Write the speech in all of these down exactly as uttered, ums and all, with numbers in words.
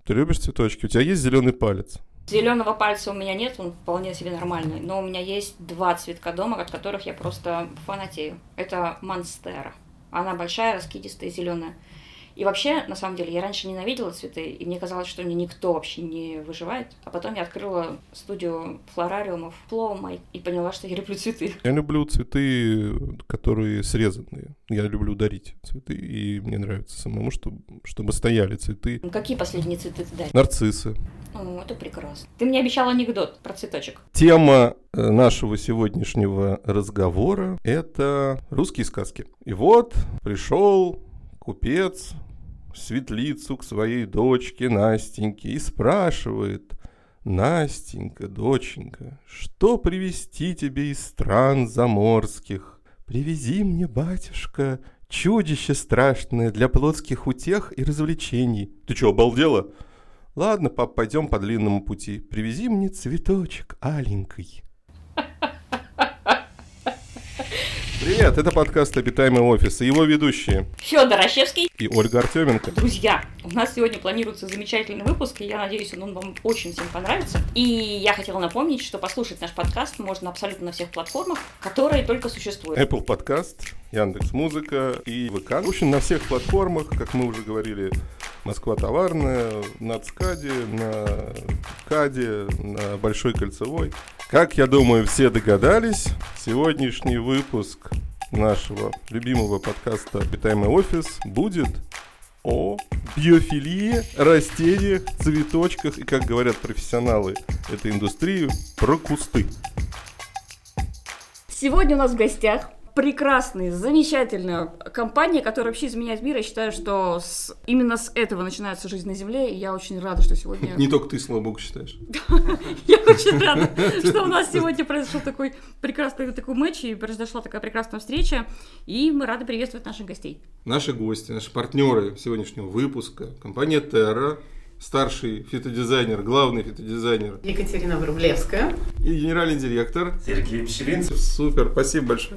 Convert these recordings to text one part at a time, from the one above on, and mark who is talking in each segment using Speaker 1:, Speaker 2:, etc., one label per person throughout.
Speaker 1: Ты любишь цветочки? У тебя есть зеленый палец?
Speaker 2: Зеленого пальца у меня нет, он вполне себе нормальный, но у меня есть два цветка дома, от которых я просто фанатею. Это монстера. Она большая, раскидистая, зеленая. И вообще, на самом деле, я раньше ненавидела цветы, и мне казалось, что мне никто вообще не выживает. А потом я открыла студию флорариумов Flow и поняла, что я люблю цветы.
Speaker 1: Я люблю цветы, которые срезанные. Я люблю дарить цветы, и мне нравится самому, чтобы, чтобы стояли цветы.
Speaker 2: Какие последние цветы ты даришь?
Speaker 1: Нарциссы.
Speaker 2: О, это прекрасно. Ты мне обещал анекдот про цветочек.
Speaker 1: Тема нашего сегодняшнего разговора – это русские сказки. И вот пришел купец в светлицу к своей дочке Настеньке и спрашивает: «Настенька, доченька, что привезти тебе из стран заморских? Привези мне, батюшка, чудище страшное для плотских утех и развлечений». «Ты что, обалдела?» «Ладно, пап, пойдем по длинному пути. Привези мне цветочек аленький». Привет, это подкаст «Обитаемый офис» и его ведущие
Speaker 2: Федор Ощевский
Speaker 1: и Ольга Артеменко.
Speaker 2: Друзья, у нас сегодня планируется замечательный выпуск, и я надеюсь, он вам очень всем понравится. И я хотела напомнить, что послушать наш подкаст можно абсолютно на всех платформах, которые только существуют.
Speaker 1: Apple Podcast, Яндекс.Музыка и ВК. В общем, на всех платформах, как мы уже говорили, Москва товарная, на ЦКАДе, на КАДе, на Большой Кольцевой. Как, я думаю, все догадались, сегодняшний выпуск нашего любимого подкаста «Обитаемый офис» будет о биофилии, растениях, цветочках и, как говорят профессионалы этой индустрии, про кусты.
Speaker 2: Сегодня у нас в гостях прекрасная, замечательная компания, которая вообще изменяет мир. Я считаю, что с, именно с этого начинается жизнь на Земле, и я очень рада, что сегодня...
Speaker 1: Не только ты, слава богу, считаешь.
Speaker 2: Я очень рада, что у нас сегодня произошел такой прекрасный такой матч, и произошла такая прекрасная встреча, и мы рады приветствовать наших гостей.
Speaker 1: Наши гости, наши партнеры сегодняшнего выпуска, компания Terra, старший фитодизайнер, главный фитодизайнер
Speaker 3: Екатерина Врублевская
Speaker 1: и генеральный директор
Speaker 4: Сергей Пчелинцев.
Speaker 1: Супер, спасибо большое.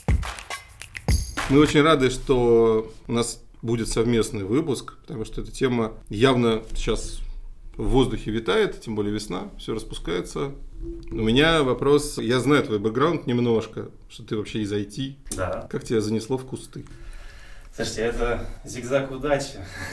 Speaker 1: Мы очень рады, что у нас будет совместный выпуск, потому что эта тема явно сейчас в воздухе витает, тем более весна, все распускается. У меня вопрос, я знаю твой бэкграунд немножко, что ты вообще из ай ти.
Speaker 4: Да.
Speaker 1: Как тебя занесло в кусты?
Speaker 4: Слушайте, это зигзаг удачи,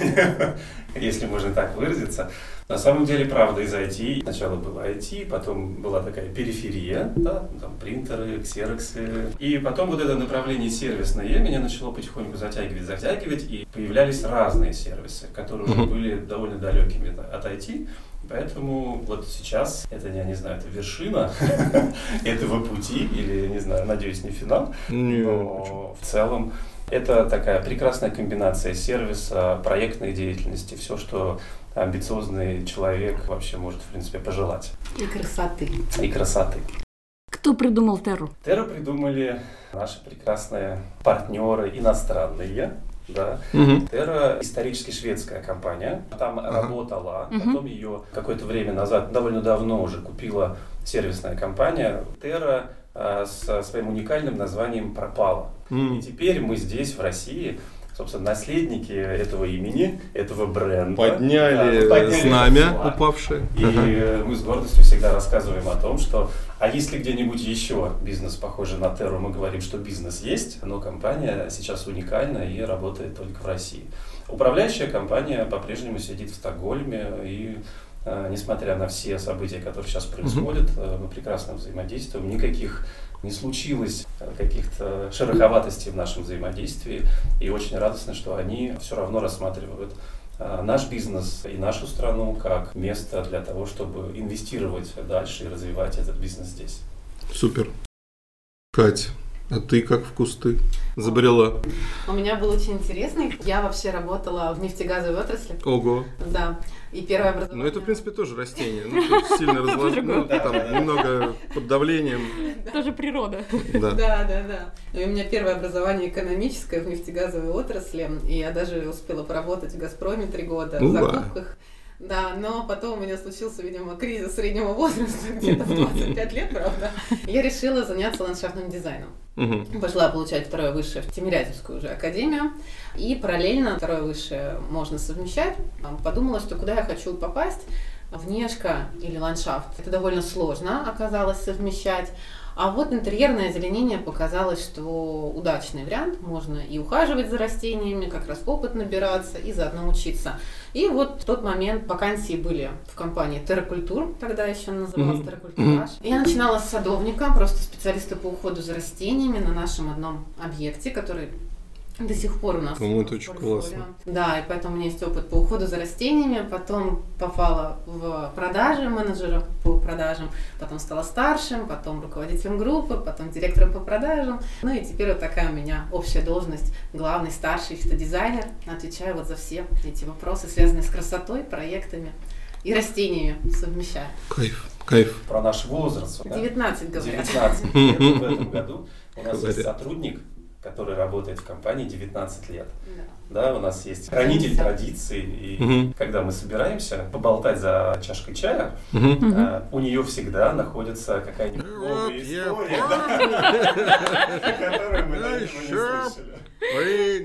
Speaker 4: если можно так выразиться. На самом деле, правда, из ай ти. Сначала было ай ти, потом была такая периферия, да, там принтеры, ксероксы. И потом вот это направление сервисное меня начало потихоньку затягивать, затягивать, и появлялись разные сервисы, которые уже были довольно далекими от ай ти. Поэтому вот сейчас, это, я не знаю, это вершина этого пути, или, не знаю, надеюсь, не финал, но в целом это такая прекрасная комбинация сервиса, проектной деятельности, все, что амбициозный человек вообще может, в принципе, пожелать.
Speaker 3: И красоты.
Speaker 4: И красоты.
Speaker 2: Кто придумал Терру?
Speaker 4: Терру придумали наши прекрасные партнеры иностранные. Да.
Speaker 1: Угу.
Speaker 4: Терра исторически шведская компания. Там ага. работала,
Speaker 2: угу.
Speaker 4: потом ее какое-то время назад, довольно давно уже купила сервисная компания. Терра э, со своим уникальным названием пропала. Mm. И теперь мы здесь, в России, собственно, наследники этого имени, этого бренда.
Speaker 1: Подняли, да, подняли знамя упавшее.
Speaker 4: И uh-huh. мы с гордостью всегда рассказываем о том, что, а если где-нибудь еще бизнес похожий на Терру, мы говорим, что бизнес есть, но компания сейчас уникальна и работает только в России. Управляющая компания по-прежнему сидит в Стокгольме, и несмотря на все события, которые сейчас происходят, uh-huh. мы прекрасно взаимодействуем, никаких не случилось каких-то шероховатостей в нашем взаимодействии, и очень радостно, что они все равно рассматривают наш бизнес и нашу страну как место для того, чтобы инвестировать дальше и развивать этот бизнес здесь.
Speaker 1: Супер. Кать, а ты как в кусты забрела?
Speaker 3: У меня был очень интересный. Я вообще работала в нефтегазовой отрасли.
Speaker 1: Ого.
Speaker 3: Да. И первое образование...
Speaker 1: Ну, это, в принципе, тоже растение. Ну, сильно разложено, там немного под давлением.
Speaker 2: Тоже природа.
Speaker 3: Да, да, да. И у меня первое образование экономическое в нефтегазовой отрасли. И я даже успела поработать в «Газпроме» три года в закупках. Да, но потом у меня случился, видимо, кризис среднего возраста, где-то в двадцать пять лет, правда. Я решила заняться ландшафтным дизайном. Угу. Пошла получать второе высшее в Тимирязевскую уже академию. И параллельно второе высшее можно совмещать. Подумала, что куда я хочу попасть, внешка или ландшафт. Это довольно сложно оказалось совмещать. А вот интерьерное озеленение показалось, что удачный вариант. Можно и ухаживать за растениями, как раз опыт набираться и заодно учиться. И вот в тот момент вакансии были в компании Терракультур, тогда еще называлась mm-hmm. Терракультураж. Mm-hmm. Я начинала с садовника, просто специалиста по уходу за растениями на нашем одном объекте, который до сих пор у нас.
Speaker 1: По-моему, это очень классно.
Speaker 3: Да, и поэтому у меня есть опыт по уходу за растениями. Потом попала в продажи, менеджера по продажам. Потом стала старшим, потом руководителем группы, потом директором по продажам. Ну и теперь вот такая у меня общая должность. Главный, старший фитодизайнер. Отвечаю вот за все эти вопросы, связанные с красотой, проектами и растениями совмещаю.
Speaker 1: Кайф, кайф.
Speaker 4: Про наш возраст.
Speaker 3: девятнадцать, да? говорят.
Speaker 4: девятнадцать лет в этом году. У нас есть сотрудник, который работает в компании девятнадцать лет. Да. Да, у нас есть хранитель традиций, и угу. когда мы собираемся поболтать за чашкой чая, угу. а, у нее всегда находится какая-нибудь новая история, которую мы до этого не слышали.
Speaker 1: Вы,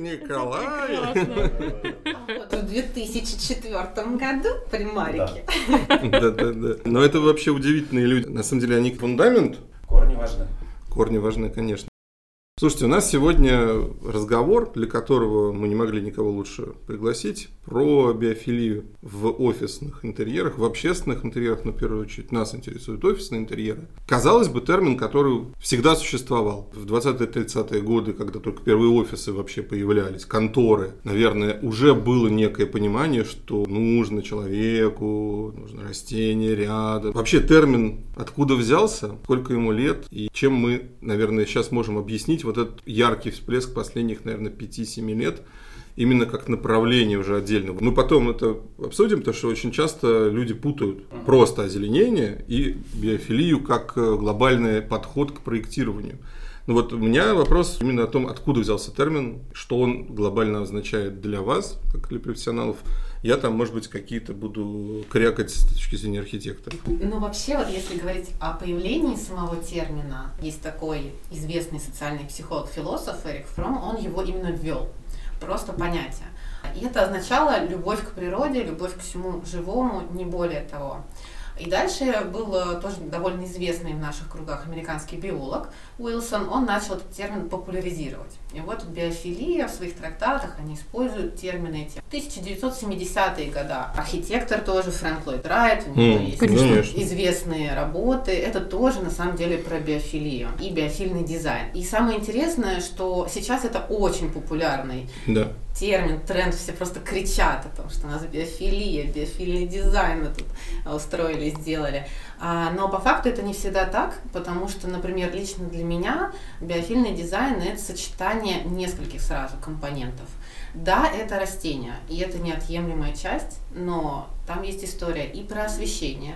Speaker 1: Николай?
Speaker 3: В две тысячи четвёртом году при Марике.
Speaker 1: Да, да, да. Но это вообще удивительные люди. На самом деле они фундамент.
Speaker 4: Корни важны.
Speaker 1: Корни важны, конечно. Слушайте, у нас сегодня разговор, для которого мы не могли никого лучше пригласить, про биофилию в офисных интерьерах, в общественных интерьерах, но в первую очередь нас интересуют офисные интерьеры. Казалось бы, термин, который всегда существовал. В двадцатые-тридцатые годы, когда только первые офисы вообще появлялись, конторы, наверное, уже было некое понимание, что нужно человеку, нужно растение рядом. Вообще термин откуда взялся, сколько ему лет и чем мы, наверное, сейчас можем объяснить вот этот яркий всплеск последних, наверное, пяти-семи лет, именно как направление уже отдельного. Мы потом это обсудим, потому что очень часто люди путают просто озеленение и биофилию как глобальный подход к проектированию. Но вот у меня вопрос именно о том, откуда взялся термин, что он глобально означает для вас, как для профессионалов. Я там, может быть, какие-то буду крякать с точки зрения архитектора.
Speaker 3: Ну, вообще, вот если говорить о появлении самого термина, есть такой известный социальный психолог-философ Эрик Фром, он его именно ввел. Просто понятие. И это означало любовь к природе, любовь к всему живому, не более того. И дальше был тоже довольно известный в наших кругах американский биолог Уилсон, он начал этот термин популяризировать. И вот биофилия в своих трактатах, они используют термины эти. тысяча девятьсот семидесятые годы. Архитектор тоже Фрэнк Ллойд Райт, у него mm, есть конечно. известные работы. Это тоже на самом деле про биофилию и биофильный дизайн. И самое интересное, что сейчас это очень популярный да. термин, тренд, все просто кричат о том, что у нас биофилия, биофильный дизайн мы тут устроили, сделали. А, но по факту это не всегда так, потому что, например, лично для меня биофильный дизайн – это сочетание нескольких сразу компонентов. Да, это растения, и это неотъемлемая часть, но там есть история и про освещение,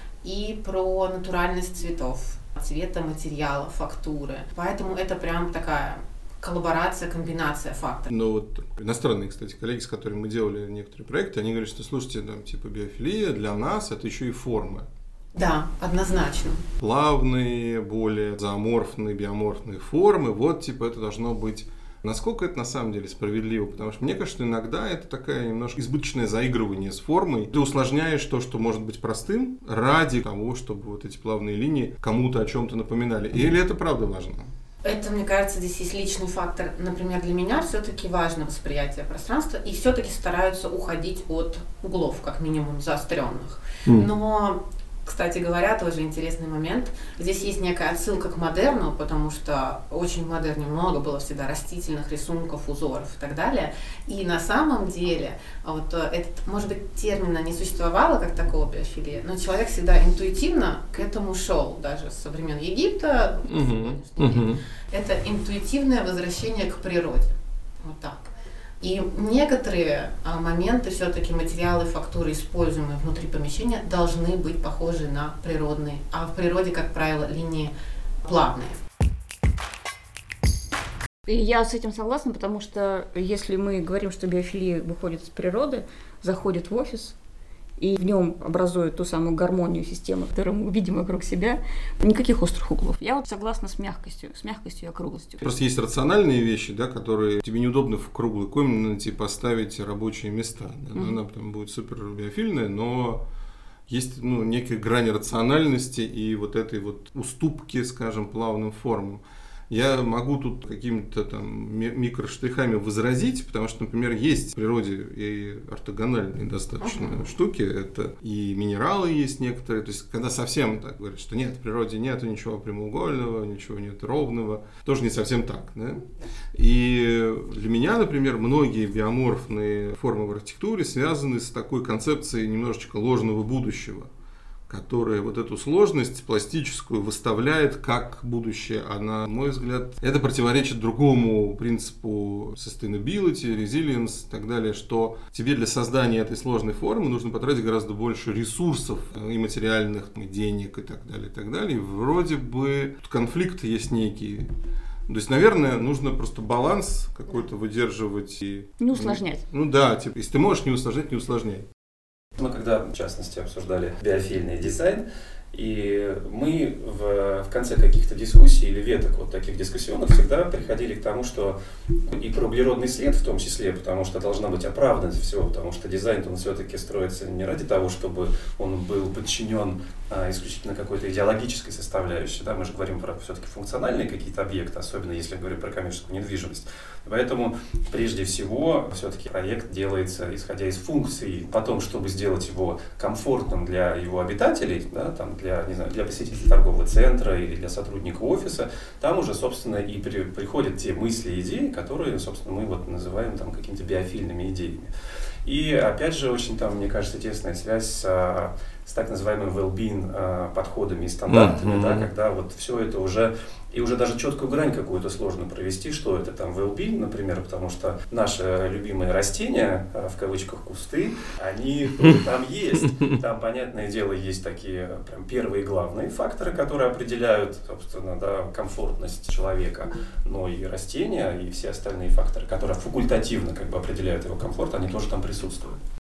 Speaker 3: и про натуральность цветов, цвета, материала, фактуры. Поэтому это прям такая коллаборация, комбинация факторов.
Speaker 1: Ну вот иностранные, кстати, коллеги, с которыми мы делали некоторые проекты, они говорят, что, слушайте, там типа биофилия для нас это еще и формы.
Speaker 3: Да, однозначно.
Speaker 1: Плавные, более зооморфные, биоморфные формы, вот типа это должно быть. Насколько это на самом деле справедливо? Потому что мне кажется, что иногда это такая немножко избыточное заигрывание с формой. Ты усложняешь то, что может быть простым, ради того, чтобы вот эти плавные линии кому-то о чем-то напоминали. Или это правда важно?
Speaker 3: Это, мне кажется, здесь есть личный фактор. Например, для меня все-таки важно восприятие пространства, и все-таки стараются уходить от углов, как минимум заостренных. Mm. Но, кстати говоря, тоже интересный момент. Здесь есть некая отсылка к модерну, потому что очень в модерне много было всегда растительных рисунков, узоров и так далее. И на самом деле, вот этот, может быть, термина не существовало как такого биофилия, но человек всегда интуитивно к этому шел, даже со времен Египта. Uh-huh. Uh-huh. Это интуитивное возвращение к природе. Вот так. И некоторые а, моменты, все-таки материалы, фактуры, используемые внутри помещения, должны быть похожи на природные. А в природе, как правило, линии плавные.
Speaker 2: И я с этим согласна, потому что если мы говорим, что биофилия выходит из природы, заходит в офис, и в нем образует ту самую гармонию системы, которую мы видим вокруг себя, никаких острых углов. Я вот согласна с мягкостью, с мягкостью и округлостью.
Speaker 5: Просто есть рациональные вещи, да, которые тебе неудобно в круглой комнате поставить рабочие места. Да? Mm-hmm. Она там будет супер биофильная, но есть, ну, некая грань рациональности и вот этой вот уступки, скажем, плавным формам. Я могу тут какими-то там микроштрихами возразить, потому что, например, есть в природе и ортогональные достаточно uh-huh. штуки, это и минералы есть некоторые, то есть когда совсем так говорят, что нет, в природе нету ничего прямоугольного, ничего нет ровного, тоже не совсем так, да? И для меня, например, многие биоморфные формы в архитектуре связаны с такой концепцией немножечко ложного будущего, которая вот эту сложность пластическую выставляет как будущее. А на мой взгляд, это противоречит другому принципу sustainability, resilience и так далее, что тебе для создания этой сложной формы нужно потратить гораздо больше ресурсов и материальных, и денег и так далее, и так далее. И вроде бы тут конфликт есть некий. То есть, наверное, нужно просто баланс какой-то выдерживать и...
Speaker 2: Не усложнять.
Speaker 5: Ну, ну да, типа, если ты можешь не усложнять, не усложняй.
Speaker 4: Мы когда, в частности, обсуждали биофильный дизайн, и мы в, в конце каких-то дискуссий или веток вот таких дискуссионных всегда приходили к тому, что и про углеродный след в том числе, потому что должна быть оправданность всего, потому что дизайн он все-таки строится не ради того, чтобы он был подчинен а, исключительно какой-то идеологической составляющей. Да? Мы же говорим про все-таки функциональные какие-то объекты, особенно если говорим про коммерческую недвижимость. Поэтому прежде всего все-таки проект делается исходя из функций, потом, чтобы сделать его комфортным для его обитателей, да, там, для, не знаю, для посетителей торгового центра или для сотрудника офиса, там уже, собственно, и при, приходят те мысли и идеи, которые, собственно, мы вот называем там какими-то биофильными идеями. И, опять же, очень там, мне кажется, тесная связь с, с так называемыми well-being подходами и стандартами, mm-hmm. да, когда вот все это уже, и уже даже четкую грань какую-то сложно провести, что это там well-being, например, потому что наши любимые растения, в кавычках кусты, они тоже там есть. Там, понятное дело, есть такие прям первые главные факторы, которые определяют, собственно, да, комфортность человека, но и растения, и все остальные факторы, которые факультативно как бы определяют его комфорт, они тоже там присутствуют.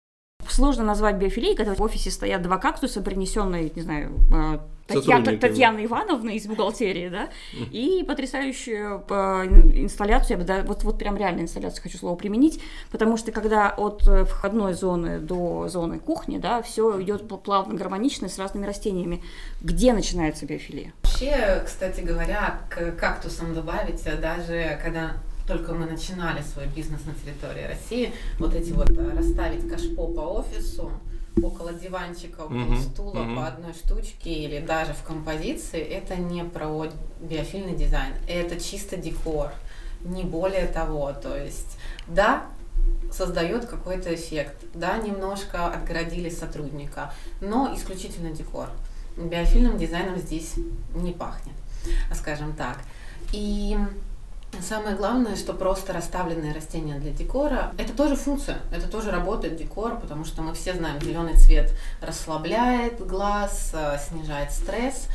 Speaker 2: Сложно назвать биофилией, когда в офисе стоят два кактуса, принесенные, не знаю, Татьяна, Татьяна Ивановна из бухгалтерии, да, mm. и потрясающую инсталляцию, я бы, да, вот, вот прям реально инсталляцию хочу слово применить, потому что когда от входной зоны до зоны кухни, да, все идет плавно, гармонично, с разными растениями. Где начинается биофилия?
Speaker 3: Вообще, кстати говоря, к кактусам добавить, даже когда только мы начинали свой бизнес на территории России, вот эти вот расставить кашпо по офису, около диванчика, около uh-huh, стула uh-huh. по одной штучке или даже в композиции, это не про биофильный дизайн, это чисто декор, не более того. То есть, да, создает какой-то эффект, да, немножко отгородили сотрудника, но исключительно декор. Биофильным дизайном здесь не пахнет, скажем так. И самое главное, что просто расставленные растения для декора, это тоже функция, это тоже работает декор, потому что мы все знаем, зеленый цвет расслабляет глаз, снижает стресс,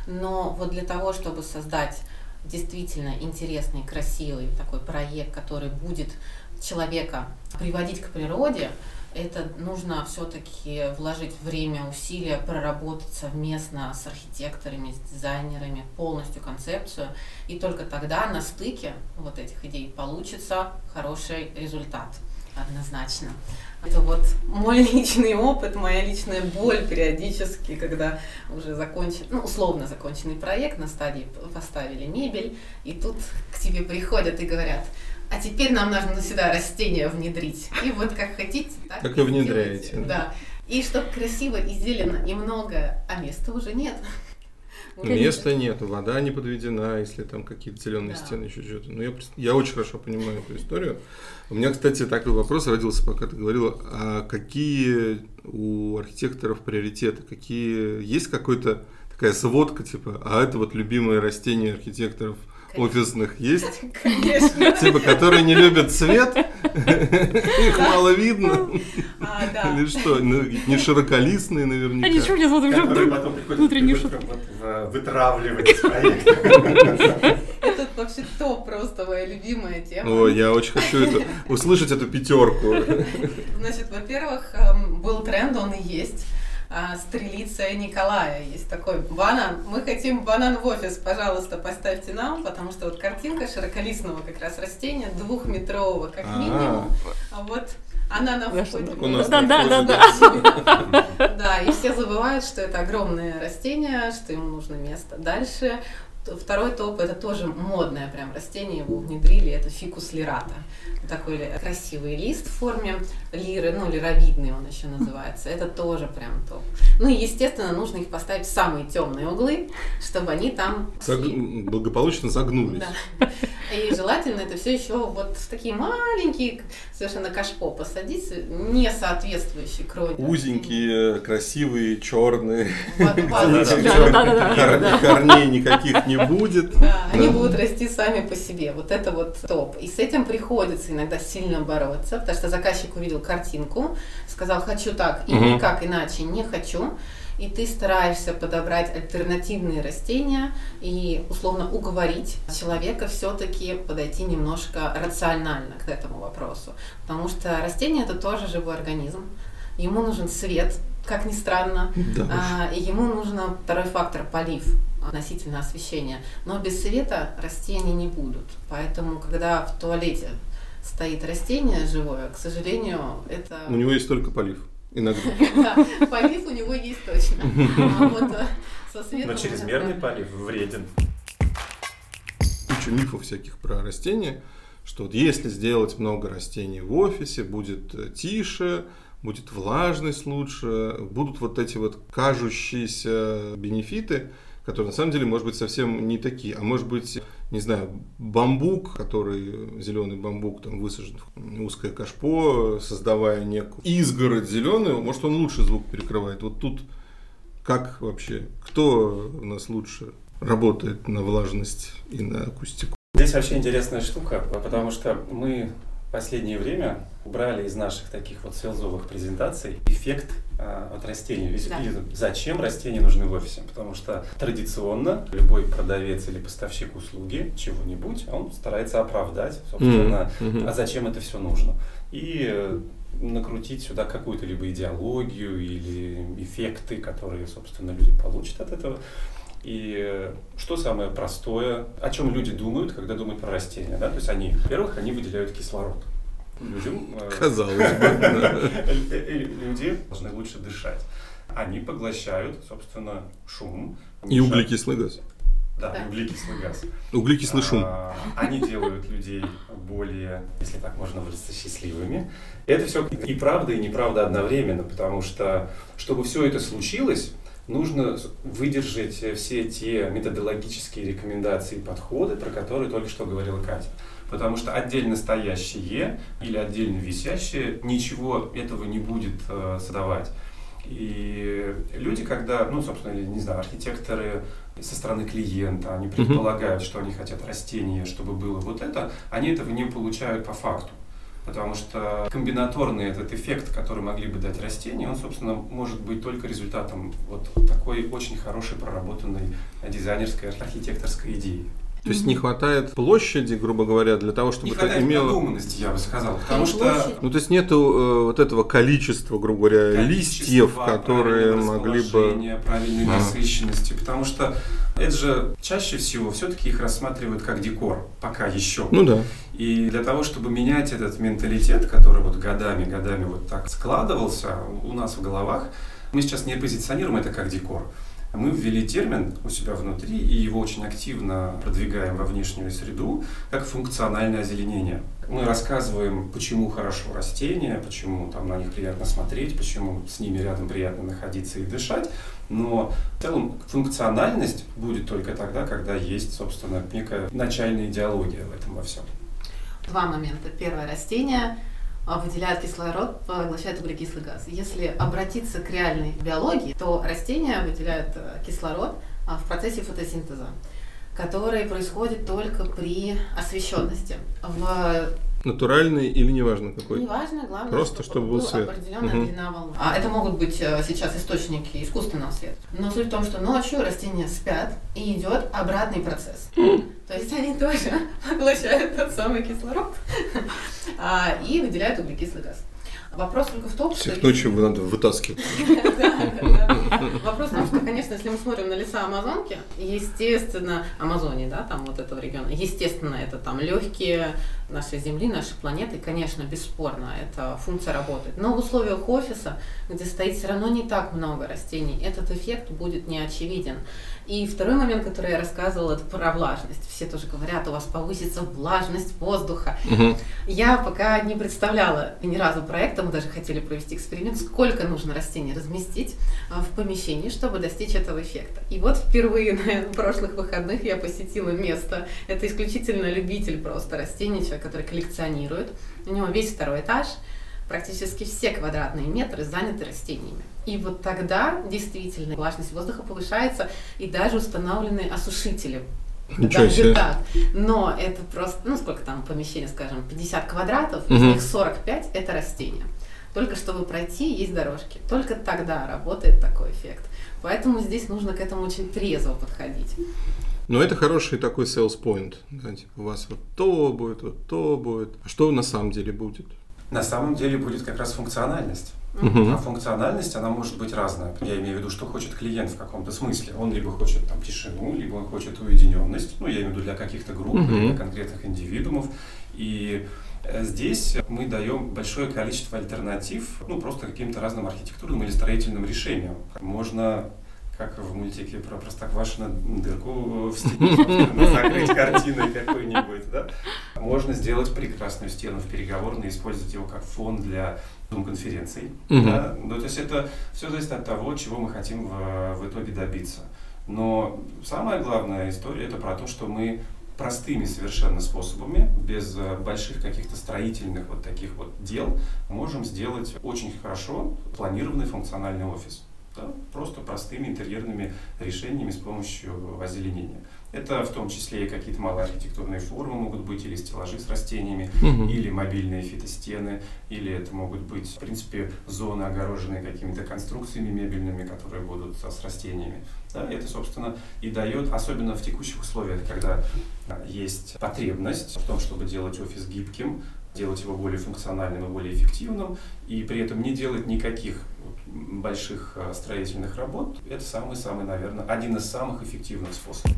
Speaker 3: но вот для того, чтобы создать действительно интересный, красивый такой проект, который будет человека приводить к природе, это нужно все-таки вложить время, усилия, проработать совместно с архитекторами, с дизайнерами полностью концепцию, и только тогда на стыке вот этих идей получится хороший результат, однозначно. Это вот мой личный опыт, моя личная боль периодически, когда уже закончен, ну, условно законченный проект, на стадии поставили мебель, и тут к тебе приходят и говорят: а теперь нам нужно сюда растения внедрить. И вот как хотите, так,
Speaker 5: так и внедряете.
Speaker 3: Да. И чтобы красиво и зелено, и много, а места уже нет.
Speaker 5: Места нет, вода не подведена, если там какие-то зеленые да. стены, еще что-то. Ну, я, я очень хорошо понимаю эту историю. У меня, кстати, такой вопрос родился, пока ты говорила, а какие у архитекторов приоритеты? Какие есть какой-то такая сводка, типа, а это вот любимые растения архитекторов офисных есть?
Speaker 3: Конечно.
Speaker 5: Типа, которые не любят свет, их мало видно.
Speaker 3: А, да.
Speaker 5: Или что? Не широколистные наверняка.
Speaker 2: Они что, мне вот уже внутреннюю шутку
Speaker 4: вытравливать из проекта.
Speaker 3: Это вообще топ, просто моя любимая тема.
Speaker 5: О, я очень хочу это, услышать эту пятерку.
Speaker 3: Значит, во-первых, был тренд, он и есть. Стрелица Николая. Есть такой банан. Мы хотим банан в офис, пожалуйста, поставьте нам, потому что вот картинка широколистного как раз растения, двухметрового как минимум. А вот она на входе.
Speaker 2: Да, да, да, да.
Speaker 3: Да, и все забывают, что это огромное растение, что ему нужно место. Дальше второй топ, это тоже модное прям растение, его внедрили, это фикус лирата. Такой красивый лист в форме лиры, ну, лировидный он еще называется. Это тоже прям топ. Ну и, естественно, нужно их поставить в самые темные углы, чтобы они там...
Speaker 5: Заг... благополучно загнулись.
Speaker 3: Да. И желательно это все еще вот в такие маленькие, совершенно кашпо посадить, не соответствующие крови.
Speaker 5: Узенькие, красивые, черные.
Speaker 2: Да-да-да.
Speaker 5: Корней никаких не будет.
Speaker 3: Да, они будут расти сами по себе. Вот это вот топ. И с этим приходится иногда сильно бороться, потому что заказчик увидел картинку, сказал «хочу так» и никак иначе не хочу. И ты стараешься подобрать альтернативные растения и условно уговорить человека все-таки подойти немножко рационально к этому вопросу. Потому что растение – это тоже живой организм. Ему нужен свет, как ни странно,
Speaker 5: да,
Speaker 3: а, и ему нужен второй фактор – полив относительно освещения. Но без света растения не будут. Поэтому, когда в туалете стоит растение живое, к сожалению, это...
Speaker 5: У него есть только полив. Иногда.
Speaker 3: Да, полив у него есть точно. А вот со светом...
Speaker 4: Но чрезмерный полив вреден.
Speaker 5: Куча мифов всяких про растения, что вот если сделать много растений в офисе, будет тише, будет влажность лучше, будут вот эти вот кажущиеся бенефиты, которые на самом деле, может быть, совсем не такие. А может быть, не знаю, бамбук, который, зеленый бамбук, там высажен в узкое кашпо, создавая некую изгородь зеленую, может, он лучше звук перекрывает. Вот тут как вообще, кто у нас лучше работает на влажность и на акустику?
Speaker 4: Здесь вообще интересная штука, потому что мы в последнее время убрали из наших таких вот селзовых презентаций эффект а, от растений.
Speaker 3: Да.
Speaker 4: Зачем растения нужны в офисе? Потому что традиционно любой продавец или поставщик услуги чего-нибудь, он старается оправдать, собственно, mm-hmm. а зачем это все нужно. И накрутить сюда какую-то либо идеологию или эффекты, которые, собственно, люди получат от этого. И что самое простое, о чем люди думают, когда думают про растения, да? То есть они, во-первых, они выделяют кислород. Людям,
Speaker 5: казалось бы,
Speaker 4: люди должны лучше дышать. Они поглощают, собственно, шум.
Speaker 5: И углекислый газ.
Speaker 4: Да, и углекислый газ.
Speaker 5: Углекислый шум.
Speaker 4: Они делают людей более, если так можно выразиться, счастливыми. Это все и правда, и неправда одновременно, потому что, чтобы все это случилось, нужно выдержать все те методологические рекомендации и подходы, про которые только что говорила Катя. Потому что отдельно стоящие или отдельно висящие ничего этого не будет э, создавать. И люди, когда, ну, собственно, не знаю, архитекторы со стороны клиента, они предполагают, mm-hmm. что они хотят растения, чтобы было вот это, они этого не получают по факту. Потому что комбинаторный этот эффект, который могли бы дать растения, он, собственно, может быть только результатом вот такой очень хорошей проработанной дизайнерской, архитекторской идеи.
Speaker 5: То есть не хватает площади, грубо говоря, для того, чтобы
Speaker 4: не
Speaker 5: это
Speaker 4: хватает
Speaker 5: имело...
Speaker 4: продуманности, я бы сказал, потому что...
Speaker 5: Ну, то есть нету э, вот этого количества, грубо говоря,
Speaker 4: количество,
Speaker 5: листьев, которые могли бы...
Speaker 4: правильной
Speaker 5: а.
Speaker 4: насыщенности, потому что это же чаще всего все-таки их рассматривают как декор, пока еще.
Speaker 5: Ну да.
Speaker 4: И для того, чтобы менять этот менталитет, который вот годами, годами вот так складывался у нас в головах, мы сейчас не позиционируем это как декор. Мы ввели термин у себя внутри и его очень активно продвигаем во внешнюю среду, как функциональное озеленение. Мы рассказываем, почему хорошо растения, почему там на них приятно смотреть, почему с ними рядом приятно находиться и дышать, но в целом функциональность будет только тогда, когда есть, собственно, некая начальная идеология в этом во всем.
Speaker 3: Два момента. Первое, растение выделяет кислород, поглощает углекислый газ. Если обратиться к реальной биологии, то растения выделяют кислород в процессе фотосинтеза, который происходит только при освещенности. В...
Speaker 5: Натуральный или неважно какой?
Speaker 3: Неважно, главное,
Speaker 5: просто
Speaker 3: чтобы,
Speaker 5: чтобы был
Speaker 3: была
Speaker 5: свет.
Speaker 3: Определенная
Speaker 5: угу.
Speaker 3: длина волны. А это могут быть сейчас источники искусственного света. Но суть в том, что ночью растения спят и идет обратный процесс. То есть они тоже поглощают тот самый кислород и выделяют углекислый газ. Вопрос только в том, что...
Speaker 5: Всех ночью надо вытаскивать.
Speaker 3: Вопрос в том, что, конечно, если мы смотрим на леса Амазонки, естественно, Амазонии, да, там вот этого региона, естественно, это там легкие нашей Земли, нашей планеты, конечно, бесспорно, эта функция работает. Но в условиях офиса, где стоит все равно не так много растений, этот эффект будет не очевиден. И второй момент, который я рассказывала, это про влажность. Все тоже говорят, у вас повысится влажность воздуха. Угу. Я пока не представляла ни разу проекта, мы даже хотели провести эксперимент, сколько нужно растений разместить в помещении, чтобы достичь этого эффекта. И вот впервые на прошлых выходных я посетила место. Это исключительно любитель просто растений, человек, который коллекционирует. У него весь второй этаж. Практически все квадратные метры заняты растениями. И вот тогда действительно влажность воздуха повышается, и даже установлены осушители.
Speaker 5: Ничего себе.
Speaker 3: Так. Но это просто, ну сколько там помещения, скажем, пятьдесят квадратов, угу. Из них сорок пять это растения. Только чтобы пройти, есть дорожки. Только тогда работает такой эффект. Поэтому здесь нужно к этому очень трезво подходить.
Speaker 5: Но это хороший такой sales point. Да, типа у вас вот то будет, вот то будет. А что на самом деле будет?
Speaker 4: На самом деле будет как раз функциональность.
Speaker 5: Uh-huh.
Speaker 4: А функциональность, она может быть разная. Я имею в виду, что хочет клиент в каком-то смысле. Он либо хочет там тишину, либо он хочет уединенность. Ну, я имею в виду для каких-то групп, uh-huh. или для конкретных индивидуумов. И здесь мы даем большое количество альтернатив, ну, просто каким-то разным архитектурным или строительным решениям. Можно, как в мультике про Простоквашино, дырку в стене закрыть картиной какой-нибудь, да? Можно сделать прекрасную стену в переговорной, использовать его как фон для Zoom-конференций. Uh-huh. Да? Ну, то есть это все зависит от того, чего мы хотим в, в итоге добиться. Но самая главная история — это про то, что мы простыми совершенно способами, без больших каких-то строительных вот таких вот дел, можем сделать очень хорошо планированный функциональный офис. Да? Просто простыми интерьерными решениями с помощью озеленения. Это в том числе и какие-то малые архитектурные формы могут быть, или стеллажи с растениями, угу. или мобильные фитостены, или это могут быть, в принципе, зоны, огороженные какими-то конструкциями мебельными, которые будут с растениями. Да? Это, собственно, и дает, особенно в текущих условиях, когда есть потребность в том, чтобы делать офис гибким, делать его более функциональным и более эффективным, и при этом не делать никаких больших строительных работ. Это самый-самый, наверное, один из самых эффективных способов.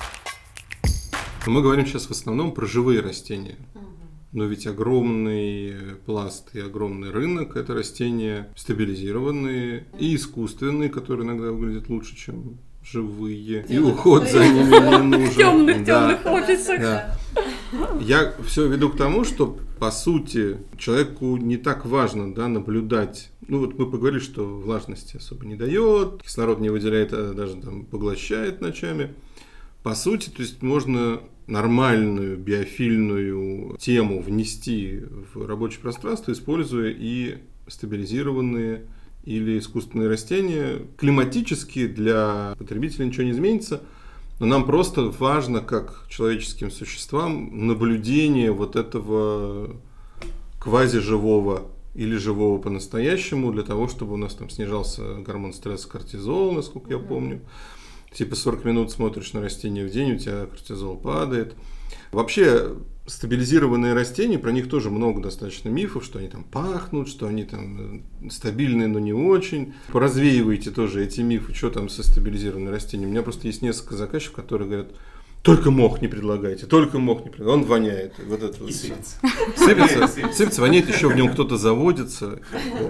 Speaker 5: Мы говорим сейчас в основном про живые растения. Но ведь огромный пласт и огромный рынок – это растения стабилизированные и искусственные, которые иногда выглядят лучше, чем живые. И уход за ними не нужен.
Speaker 2: В темных, темных офисах.
Speaker 5: Да. Я все веду к тому, что, по сути, человеку не так важно, да, наблюдать. Ну вот мы поговорили, что влажности особо не дает, кислород не выделяет, а даже там поглощает ночами. По сути, то есть можно нормальную биофильную тему внести в рабочее пространство, используя и стабилизированные или искусственные растения. Климатически для потребителя ничего не изменится, но нам просто важно, как человеческим существам, наблюдение вот этого квазиживого или живого по-настоящему, для того, чтобы у нас там снижался гормон стресса кортизол, насколько я помню. Типа сорок минут смотришь на растение в день, у тебя кортизол падает. Вообще, стабилизированные растения, про них тоже много достаточно мифов, что они там пахнут, что они там стабильные, но не очень. Поразвеивайте тоже эти мифы, что там со стабилизированными растениями. У меня просто есть несколько заказчиков, которые говорят: только мох не предлагайте, только мох не предлагайте. Он воняет. Вот это вот.
Speaker 4: Сыпется.
Speaker 5: Сыпется, сыпется, воняет, еще в нем кто-то заводится.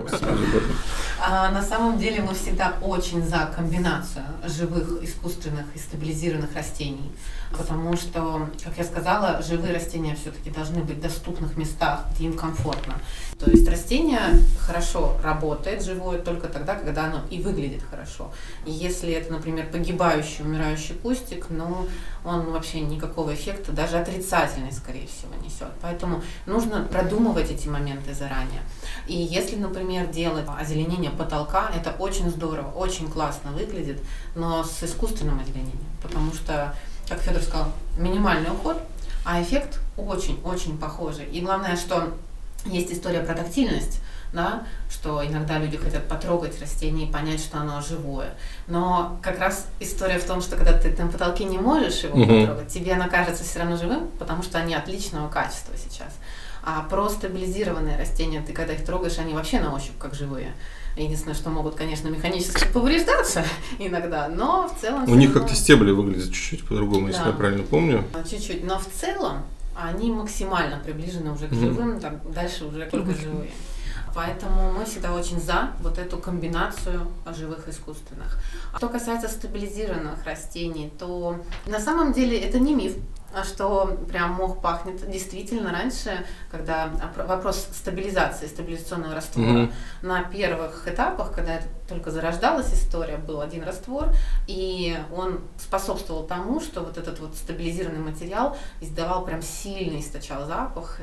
Speaker 3: А на самом деле мы всегда очень за комбинацию живых, искусственных и стабилизированных растений. Потому что, как я сказала, живые растения все-таки должны быть в доступных местах, где им комфортно. То есть растение хорошо работает, живое, только тогда, когда оно и выглядит хорошо. И если это, например, погибающий, умирающий кустик, ну, он вообще никакого эффекта, даже отрицательный, скорее всего, несет. Поэтому нужно продумывать эти моменты заранее. И если, например, делать озеленение потолка, это очень здорово, очень классно выглядит, но с искусственным озеленением. Потому что, как Федор сказал, минимальный уход, а эффект очень-очень похожий. И главное, что есть история про тактильность, да, что иногда люди хотят потрогать растение и понять, что оно живое. Но как раз история в том, что когда ты на потолке не можешь его uh-huh. потрогать, тебе оно кажется все равно живым, потому что они отличного качества сейчас. А про стабилизированные растения, ты когда их трогаешь, они вообще на ощупь как живые. Единственное, что могут, конечно, механически повреждаться иногда, но в целом...
Speaker 5: У них как-то стебли выглядят чуть-чуть по-другому,
Speaker 3: да.
Speaker 5: если я правильно помню.
Speaker 3: Чуть-чуть, но в целом они максимально приближены уже к живым, mm-hmm. там, дальше уже только живые. Поэтому мы всегда очень за вот эту комбинацию живых и искусственных. Что касается стабилизированных растений, то на самом деле это не миф, что прям мох пахнет. Действительно, раньше, когда вопрос стабилизации, стабилизационного раствора, mm-hmm. на первых этапах, когда это только зарождалась история, был один раствор, и он способствовал тому, что вот этот вот стабилизированный материал издавал прям сильный, источал запах,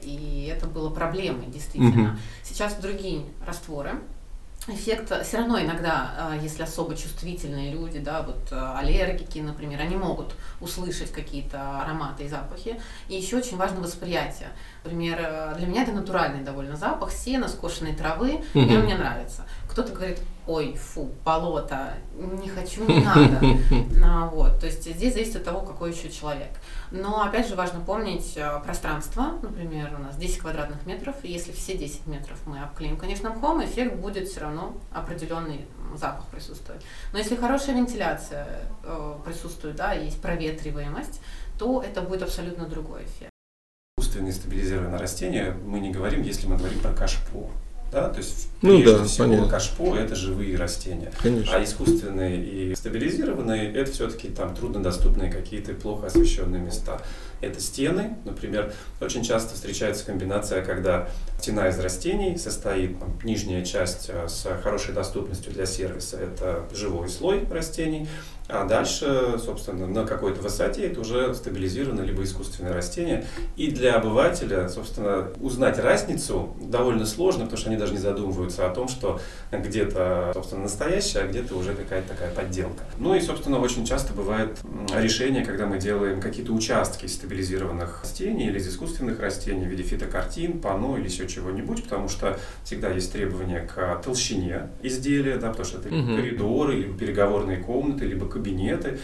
Speaker 3: и это было проблемой, действительно. Mm-hmm. Сейчас другие растворы. Эффект все равно иногда, если особо чувствительные люди, да, вот аллергики, например, они могут услышать какие-то ароматы и запахи. И еще очень важно восприятие. Например, для меня это натуральный довольно запах сена, скошенной травы, mm-hmm. и он мне нравится. Кто-то говорит: ой, фу, болото, не хочу, не надо. А, вот, то есть здесь зависит от того, какой еще человек. Но опять же важно помнить пространство. Например, у нас десять квадратных метров, и если все десять метров мы обклеим, конечно, мхом, эффект будет все равно определенный, запах присутствует. Но если хорошая вентиляция э, присутствует, да, есть проветриваемость, то это будет абсолютно другой эффект.
Speaker 4: Искусственные стабилизированные растения мы не говорим, если мы говорим про кашпо. Да, то есть
Speaker 5: ну,
Speaker 4: прежде
Speaker 5: да,
Speaker 4: всего
Speaker 5: понятно.
Speaker 4: Кашпо это живые растения,
Speaker 5: конечно.
Speaker 4: А искусственные и стабилизированные это все-таки там труднодоступные какие-то плохо освещенные места. Это стены, например, очень часто встречается комбинация, когда стена из растений состоит, там, нижняя часть с хорошей доступностью для сервиса, это живой слой растений, а дальше, собственно, на какой-то высоте это уже стабилизированное либо искусственное растение. И для обывателя, собственно, узнать разницу довольно сложно, потому что они даже не задумываются о том, что где-то, собственно, настоящее, а где-то уже какая-то такая подделка. Ну и, собственно, очень часто бывает решение, когда мы делаем какие-то участки стабилизированных растений или из искусственных растений в виде фитокартин, панно или еще чего-нибудь, потому что всегда есть требования к толщине изделия, да, потому что это либо коридоры, либо переговорные комнаты, либо кабинеты,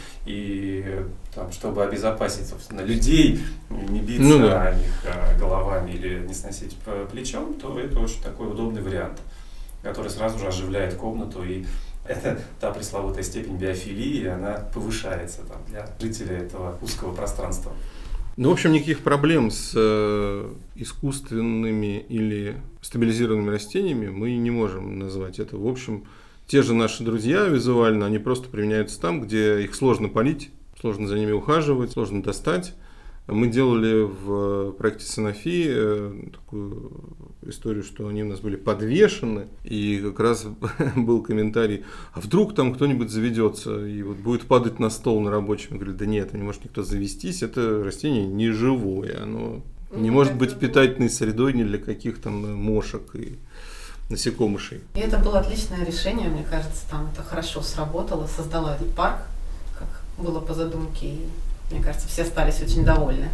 Speaker 4: и там, чтобы обезопасить, собственно, людей, не биться ну, да. о них головами или не сносить плечом, то это очень такой удобный вариант, который сразу же оживляет комнату, и это та пресловутая степень биофилии, она повышается там, для жителей этого узкого пространства.
Speaker 5: Ну, в общем, никаких проблем с э, искусственными или стабилизированными растениями мы не можем назвать. Это, в общем, те же наши друзья визуально, они просто применяются там, где их сложно полить, сложно за ними ухаживать, сложно достать. Мы делали в проекте Sanofi такую историю, что они у нас были подвешены, и как раз был комментарий: а вдруг там кто-нибудь заведется и вот будет падать на стол на рабочем? Я говорю: да нет, не может никто завестись, это растение не живое, оно не ну, может быть питательной средой ни для каких там мошек и насекомышей.
Speaker 3: И это было отличное решение, мне кажется, там это хорошо сработало, создало этот парк, как было по задумке, и мне кажется, все остались очень довольны.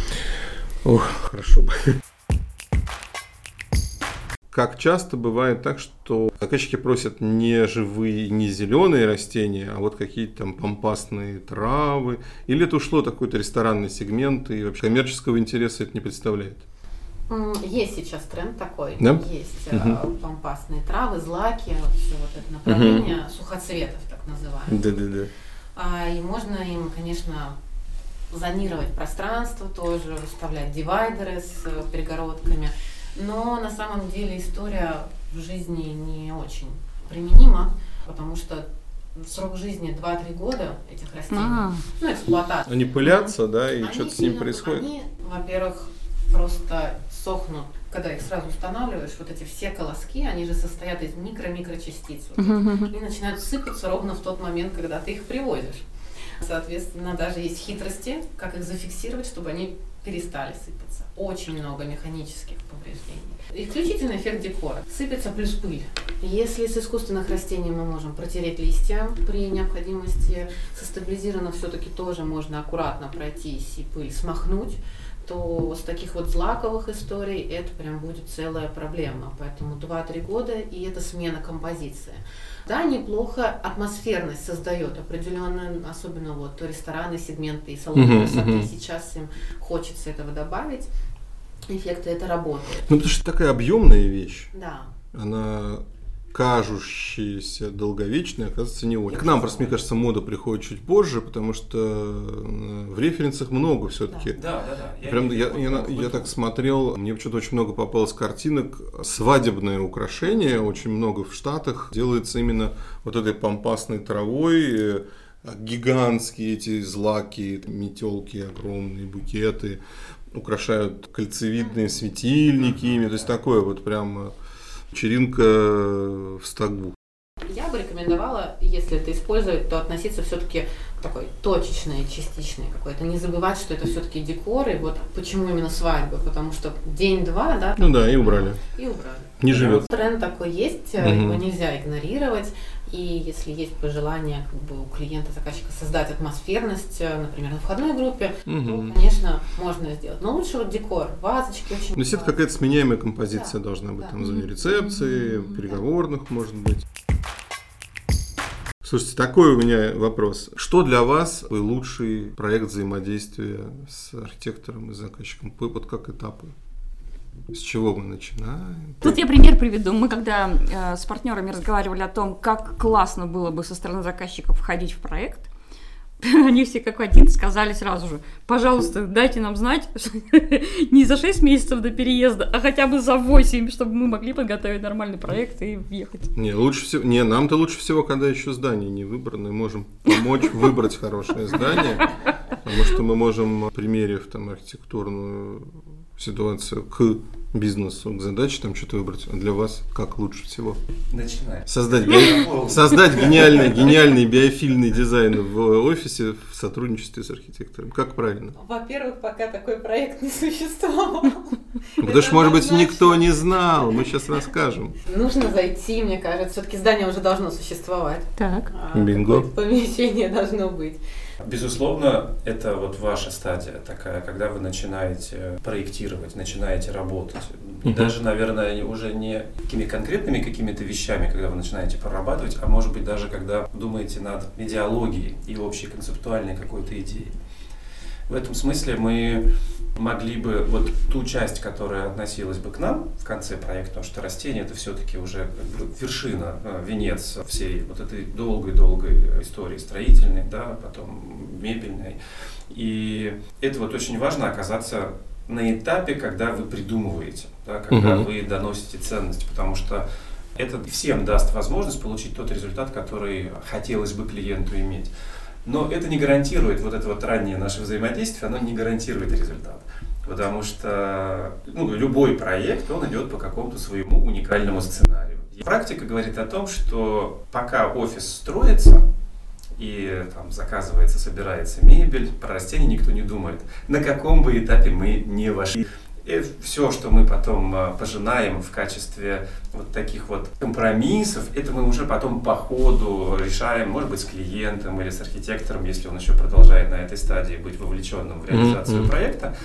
Speaker 5: Ох, хорошо бы. Как часто бывает так, что заказчики просят не живые, не зеленые растения, а вот какие-то там пампасные травы? Или это ушло такой-то ресторанный сегмент, и вообще коммерческого интереса это не представляет?
Speaker 3: Есть сейчас тренд такой.
Speaker 5: Да?
Speaker 3: Есть угу. пампасные травы, злаки, все вот это направление угу. сухоцветов, так называемых.
Speaker 5: Да-да-да.
Speaker 3: А, и можно им, конечно, зонировать пространство тоже, выставлять дивайдеры с перегородками. Но на самом деле история в жизни не очень применима, потому что срок жизни два-три года этих растений, А-а-а. ну, эксплуатация.
Speaker 5: Они пылятся, да, и
Speaker 3: они
Speaker 5: что-то с ними происходит?
Speaker 3: Они, во-первых, просто сохнут, когда их сразу устанавливаешь, вот эти все колоски, они же состоят из микро-микрочастиц, вот uh-huh. и начинают сыпаться ровно в тот момент, когда ты их привозишь. Соответственно, даже есть хитрости, как их зафиксировать, чтобы они перестали сыпаться. Очень много механических повреждений. Исключительный эффект декора. Сыпется плюс пыль. Если с искусственных растений мы можем протереть листья при необходимости, со стабилизированных все-таки тоже можно аккуратно пройтись и пыль смахнуть, то с таких вот злаковых историй это прям будет целая проблема. Поэтому два-три года, и это смена композиции. Да, неплохо атмосферность создает определенную, особенно вот рестораны, сегменты и салоны красоты, uh-huh, uh-huh. сейчас им хочется этого добавить. эффекты это работает.
Speaker 5: Ну, потому что такая объемная вещь.
Speaker 3: Да.
Speaker 5: Она кажущаяся долговечной, оказывается, не очень. К нам, просто, мне кажется, мода приходит чуть позже, потому что в референсах много все-таки.
Speaker 4: Да, да, да. Я,
Speaker 5: Прям,
Speaker 4: не
Speaker 5: я, я, я, я так смотрел, мне почему-то очень много попалось картинок. Свадебное украшение, очень много в Штатах, делается именно вот этой помпасной травой. Гигантские эти злаки, метелки, огромные букеты, украшают кольцевидные светильники ими, то есть такое вот прям вечеринка в стогу.
Speaker 3: Я бы рекомендовала, если это использовать, то относиться все-таки к такой точечной, частичной какой-то. Не забывать, что это все-таки декор, и вот почему именно свадьба, потому что день-два, да?
Speaker 5: Ну да, и убрали.
Speaker 3: И убрали.
Speaker 5: Не живет.
Speaker 3: Тренд такой есть, угу. Его нельзя игнорировать. И если есть пожелание как бы, у клиента, заказчика создать атмосферность, например, на входной группе, угу. то, конечно, можно сделать. Но лучше вот декор, вазочки очень.
Speaker 5: То есть это какая-то сменяемая композиция да. должна быть,
Speaker 3: да.
Speaker 5: там, в зоне рецепции, mm-hmm. переговорных, да. может быть. Слушайте, такой у меня вопрос. Что для вас лучший проект взаимодействия с архитектором и заказчиком? Вот как этапы? С чего мы начинаем?
Speaker 2: Тут я пример приведу. Мы когда э, с партнерами разговаривали о том, как классно было бы со стороны заказчиков входить в проект, они все как один сказали сразу же: пожалуйста, дайте нам знать не за шесть месяцев до переезда, а хотя бы за восемь, чтобы мы могли подготовить нормальный проект и въехать.
Speaker 5: Не, лучше всего, не, нам-то лучше всего, когда еще здание не выбрано, и можем помочь выбрать хорошее здание, потому что мы можем, примерив там архитектурную ситуацию к бизнесу, к задаче, там что-то выбрать. А для вас как лучше всего?
Speaker 4: Начинай.
Speaker 5: Создать, би... Создать гениальный, гениальный биофильный дизайн в офисе в сотрудничестве с архитектором. Как правильно?
Speaker 3: Во-первых, пока такой проект не существовал.
Speaker 5: Потому что, может быть, никто не знал. Мы сейчас расскажем.
Speaker 3: Нужно зайти, мне кажется. Все-таки здание уже должно существовать.
Speaker 2: Так.
Speaker 5: Бинго.
Speaker 3: Помещение должно быть.
Speaker 4: Безусловно, это вот ваша стадия такая, когда вы начинаете проектировать, начинаете работать. И uh-huh. даже, наверное, уже не такими конкретными какими-то вещами, когда вы начинаете прорабатывать, а может быть даже когда думаете над идеологией и общей концептуальной какой-то идеей. В этом смысле мы могли бы вот ту часть, которая относилась бы к нам в конце проекта, потому что растение это все-таки уже как бы вершина, венец всей вот этой долгой-долгой истории строительной, да, потом мебельной. И это вот очень важно оказаться на этапе, когда вы придумываете, да, когда угу. вы доносите ценность, потому что это всем даст возможность получить тот результат, который хотелось бы клиенту иметь. Но это не гарантирует, вот это вот раннее наше взаимодействие, оно не гарантирует результат. Потому что ну, любой проект, он идет по какому-то своему уникальному сценарию. И практика говорит о том, что пока офис строится, и там заказывается, собирается мебель, про растения никто не думает. На каком бы этапе мы не вошли. И все, что мы потом пожинаем в качестве вот таких вот компромиссов, это мы уже потом по ходу решаем, может быть, с клиентом или с архитектором, если он еще продолжает на этой стадии быть вовлеченным в реализацию mm-hmm. проекта.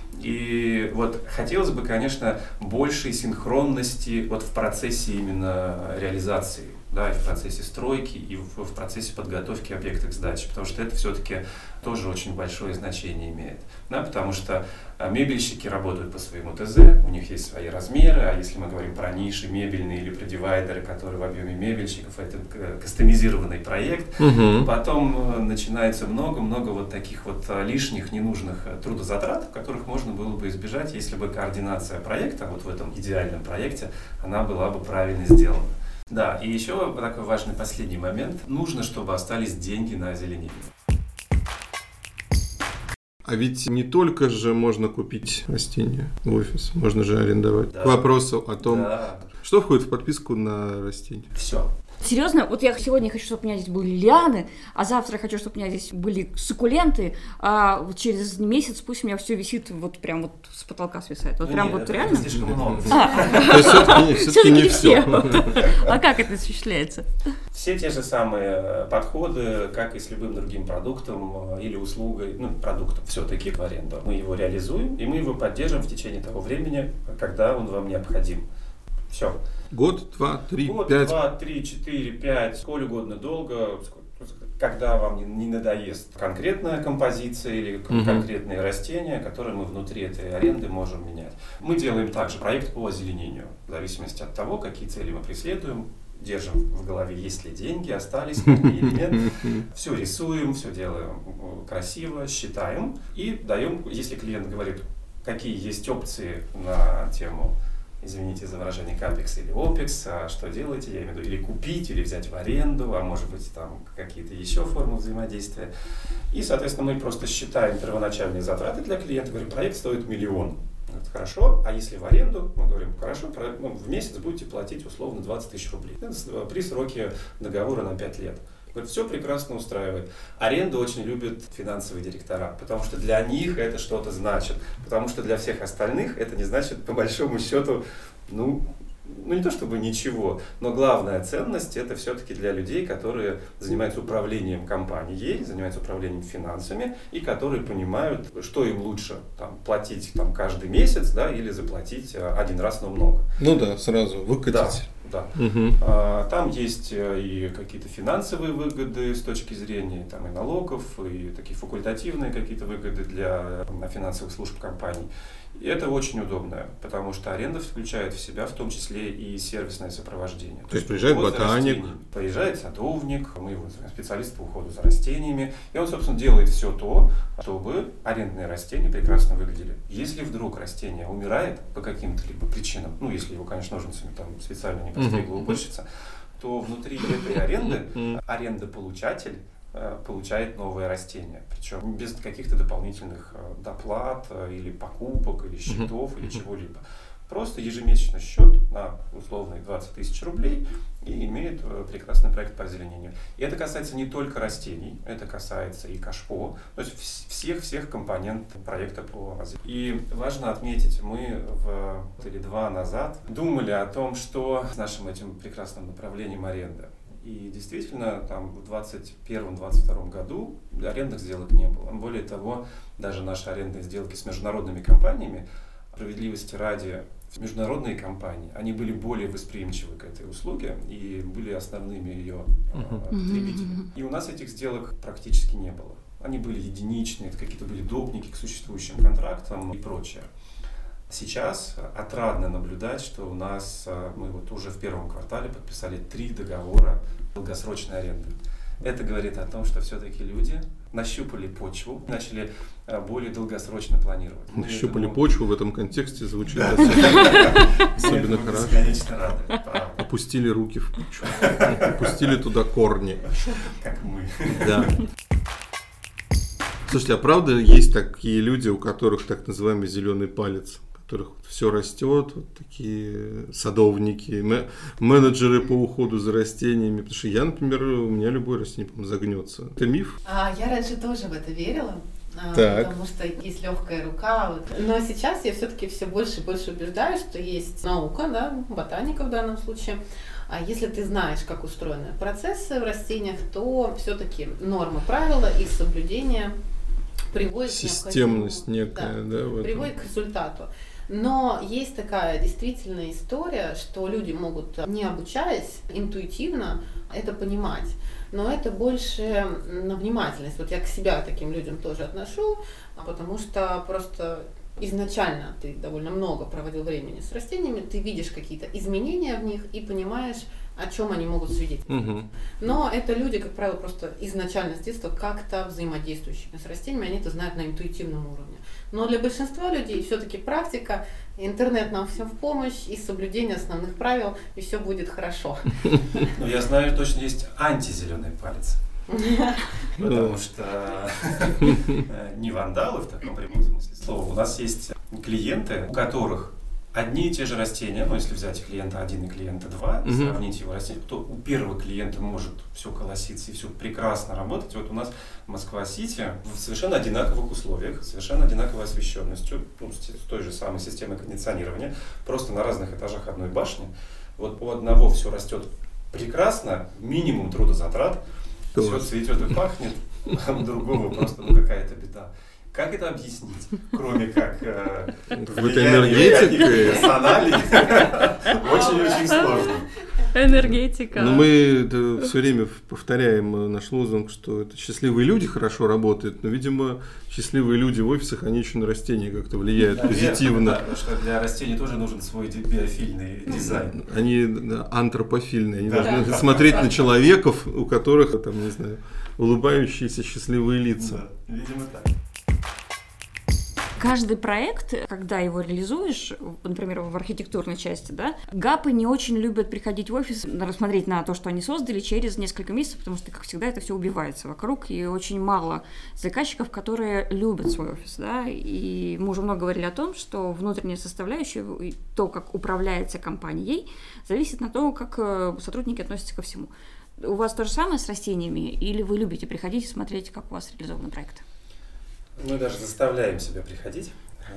Speaker 4: И вот хотелось бы, конечно, большей синхронности вот в процессе именно реализации, да, и в процессе стройки, и в, в процессе подготовки объекта к сдаче, потому что это все-таки тоже очень большое значение имеет, да, потому что мебельщики работают по своему ТЗ, у них есть свои размеры, а если мы говорим про ниши мебельные или про дивайдеры, которые в объеме мебельщиков, это кастомизированный проект, угу. потом начинается много-много вот таких вот лишних, ненужных трудозатрат, которых можно было бы избежать, если бы координация проекта, вот в этом идеальном проекте, она была бы правильно сделана. Да, и еще такой важный последний момент. Нужно, чтобы остались деньги на озеленение.
Speaker 5: А ведь не только же можно купить растения в офис, можно же арендовать.
Speaker 4: Да.
Speaker 5: К вопросу о том,
Speaker 4: да.
Speaker 5: что входит в подписку на растения.
Speaker 4: Все.
Speaker 2: Серьезно, вот я сегодня хочу, чтобы у меня здесь были лианы, а завтра я хочу, чтобы у меня здесь были суккуленты, а вот через месяц пусть у меня все висит, вот прям вот с потолка свисает. Вот
Speaker 4: ну
Speaker 2: прям
Speaker 4: нет,
Speaker 2: вот
Speaker 4: это
Speaker 2: реально?
Speaker 4: слишком много.
Speaker 5: То есть все-таки не все.
Speaker 2: А как это осуществляется?
Speaker 4: Все те же самые подходы, как и с любым другим продуктом или услугой, ну, продуктом все-таки в аренду. Мы его реализуем, и мы его поддерживаем в течение того времени, когда он вам необходим. Все.
Speaker 5: Год, два, три,
Speaker 4: Год,
Speaker 5: пять.
Speaker 4: два, три, четыре, пять, сколь угодно долго, когда вам не, не надоест конкретная композиция или
Speaker 5: Мгм.
Speaker 4: конкретные растения, которые мы внутри этой аренды можем менять. Мы делаем также проект по озеленению, в зависимости от того, какие цели мы преследуем. Держим в голове, есть ли деньги, остались ли они или нет. Все рисуем, все делаем красиво, считаем и даем, если клиент говорит, какие есть опции на тему, извините за выражение, капекс или опекс, а что делаете, я имею в виду, или купить, или взять в аренду, а может быть там какие-то еще формы взаимодействия. И, соответственно, мы просто считаем первоначальные затраты для клиента, говорим, проект стоит миллион. Это хорошо, а если в аренду, мы говорим, хорошо, ну, в месяц будете платить условно двадцать тысяч рублей при сроке договора на пять лет. Говорит, все прекрасно устраивает. Аренду очень любят финансовые директора, потому что для них это что-то значит, потому что для всех остальных это не значит, по большому счету, ну, ну не то чтобы ничего, но главная ценность это все-таки для людей, которые занимаются управлением компанией, занимаются управлением финансами и которые понимают, что им лучше там, платить там, каждый месяц, да, или заплатить один раз, но много.
Speaker 5: Ну да, сразу выкатить.
Speaker 4: Да. Да.
Speaker 5: Угу.
Speaker 4: А, там есть и какие-то финансовые выгоды с точки зрения там, и налогов, и такие факультативные какие-то выгоды для финансовых служб компаний. И это очень удобно, потому что аренда включает в себя в том числе и сервисное сопровождение.
Speaker 5: То, То есть приезжает ботаник.
Speaker 4: Приезжает садовник, мы его называем специалист по уходу за растениями, и он, собственно, делает все то, чтобы арендные растения прекрасно выглядели. Если вдруг растение умирает по каким-то либо причинам, ну, если его, конечно, ножницами там специально не постригла уборщица, то внутри этой аренды арендополучатель получает новое растение, причем без каких-то дополнительных доплат или покупок, или счетов, mm-hmm. или чего-либо. Просто ежемесячный счет на условные двадцать тысяч рублей и имеет прекрасный проект по озеленению. И это касается не только растений, это касается и кашпо, то есть всех-всех компонентов проекта по озеленению. И важно отметить, мы в год или два назад думали о том, что с нашим этим прекрасным направлением аренды. И действительно, там в двадцать первом — двадцать втором году арендных сделок не было. Более того, даже наши арендные сделки с международными компаниями, справедливости ради, международные компании, они были более восприимчивы к этой услуге и были основными ее uh-huh. потребителями. И у нас этих сделок практически не было. Они были единичные, это какие-то были допники к существующим контрактам и прочее. Сейчас отрадно наблюдать, что у нас, мы вот уже в первом квартале подписали три договора долгосрочной аренды. Это говорит о том, что все-таки люди нащупали почву, начали более долгосрочно планировать.
Speaker 5: Нащупали этому... почву в этом контексте звучит особенно хорошо.
Speaker 4: Бесконечно рады.
Speaker 5: Опустили руки в почву, опустили туда корни.
Speaker 4: Как мы.
Speaker 5: Да. Слушайте, а правда есть такие люди, у которых так называемый зеленый палец? У которых все растет, вот такие садовники, менеджеры по уходу за растениями. Потому что я, например, у меня любое растение, по-моему, загнется. Это миф?
Speaker 3: А, я раньше тоже в это верила,
Speaker 5: так.
Speaker 3: потому что есть легкая рука. Вот. Но сейчас я все-таки все больше и больше убеждаюсь, что есть наука, да, ботаника в данном случае. А если ты знаешь, как устроены процессы в растениях, то все-таки нормы, правила и соблюдение приводит
Speaker 5: системность некая, да,
Speaker 3: да, приводит к результату. Но есть такая действительно история, что люди могут, не обучаясь, интуитивно это понимать. Но это больше на внимательность. Вот я к себя таким людям тоже отношу, потому что просто изначально ты довольно много проводил времени с растениями, ты видишь какие-то изменения в них и понимаешь, о чем они могут свидетельствовать.
Speaker 5: Угу.
Speaker 3: Но это люди, как правило, просто изначально с детства как-то взаимодействующими с растениями, они это знают на интуитивном уровне. Но для большинства людей все-таки практика, интернет нам всем в помощь, и соблюдение основных правил, и все будет хорошо.
Speaker 4: Ну, я знаю, точно есть антизеленый палец. Потому что не вандалы в таком прямом смысле слова. У нас есть клиенты, у которых одни и те же растения, ну если взять клиента один и клиента два, и сравнить его растения, то у первого клиента может все колоситься и все прекрасно работать. Вот у нас Москва-Сити в совершенно одинаковых условиях, совершенно одинаковой освещенностью, ну, с той же самой системой кондиционирования, просто на разных этажах одной башни. Вот у одного все растет прекрасно, минимум трудозатрат, все цветет и пахнет, а у другого просто ну, какая-то беда. Как это объяснить? Кроме как э,
Speaker 5: энергетика
Speaker 4: персоналей. Очень-очень сложно.
Speaker 2: Энергетика.
Speaker 5: Но мы все время повторяем наш лозунг, что это счастливые люди хорошо работают, но, видимо, счастливые люди в офисах, они еще на растения как-то влияют
Speaker 4: Наверное,
Speaker 5: позитивно.
Speaker 4: Да, потому что для растений тоже нужен свой биофильный дизайн.
Speaker 5: Они да, антропофильные, они
Speaker 4: Да.
Speaker 5: должны
Speaker 4: Да.
Speaker 5: смотреть на человеков, у которых, там, не знаю, улыбающиеся счастливые лица.
Speaker 4: Да, видимо так.
Speaker 2: Каждый проект, когда его реализуешь, например, в архитектурной части, да, гапы не очень любят приходить в офис, рассмотреть на то, что они создали через несколько месяцев, потому что, как всегда, это все убивается вокруг, и очень мало заказчиков, которые любят свой офис, да, и мы уже много говорили о том, что внутренняя составляющая, то, как управляется компанией, зависит от того, как сотрудники относятся ко всему. У вас то же самое с растениями, или вы любите приходить и смотреть, как у вас реализованы проекты?
Speaker 4: Мы даже заставляем себя приходить,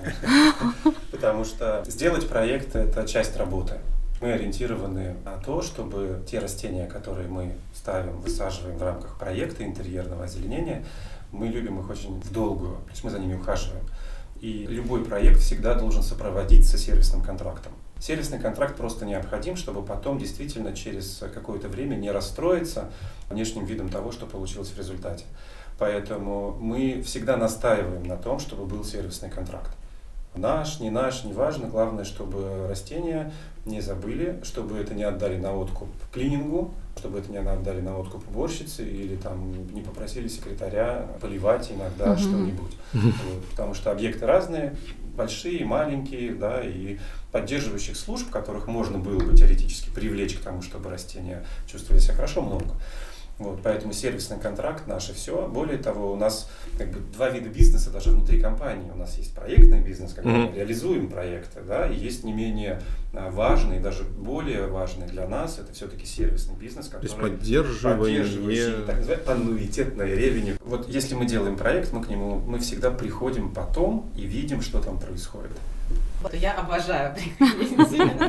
Speaker 4: потому что сделать проект – это часть работы. Мы ориентированы на то, чтобы те растения, которые мы ставим, высаживаем в рамках проекта интерьерного озеленения, мы любим их очень в долгую, то есть мы за ними ухаживаем. И любой проект всегда должен сопроводиться сервисным контрактом. Сервисный контракт просто необходим, чтобы потом действительно через какое-то время не расстроиться внешним видом того, что получилось в результате. Поэтому мы всегда настаиваем на том, чтобы был сервисный контракт. Наш, не наш, не важно. Главное, чтобы растения не забыли, чтобы это не отдали на откуп клинингу, чтобы это не отдали на откуп уборщице или там не попросили секретаря поливать иногда mm-hmm. что-нибудь. Вот, потому что объекты разные, большие, маленькие, да, и поддерживающих служб, которых можно было бы теоретически привлечь к тому, чтобы растения чувствовали себя хорошо, много. Вот, поэтому сервисный контракт наше все. Более того, у нас как бы два вида бизнеса даже внутри компании. У нас есть проектный бизнес, когда mm-hmm. мы реализуем проекты, да, и есть не менее важный, даже более важный для нас, это все-таки сервисный бизнес, который поддерживающий, так называемый аннуитетный ревеню. Вот если мы делаем проект, мы к нему мы всегда приходим потом и видим, что там происходит.
Speaker 3: Я обожаю приходить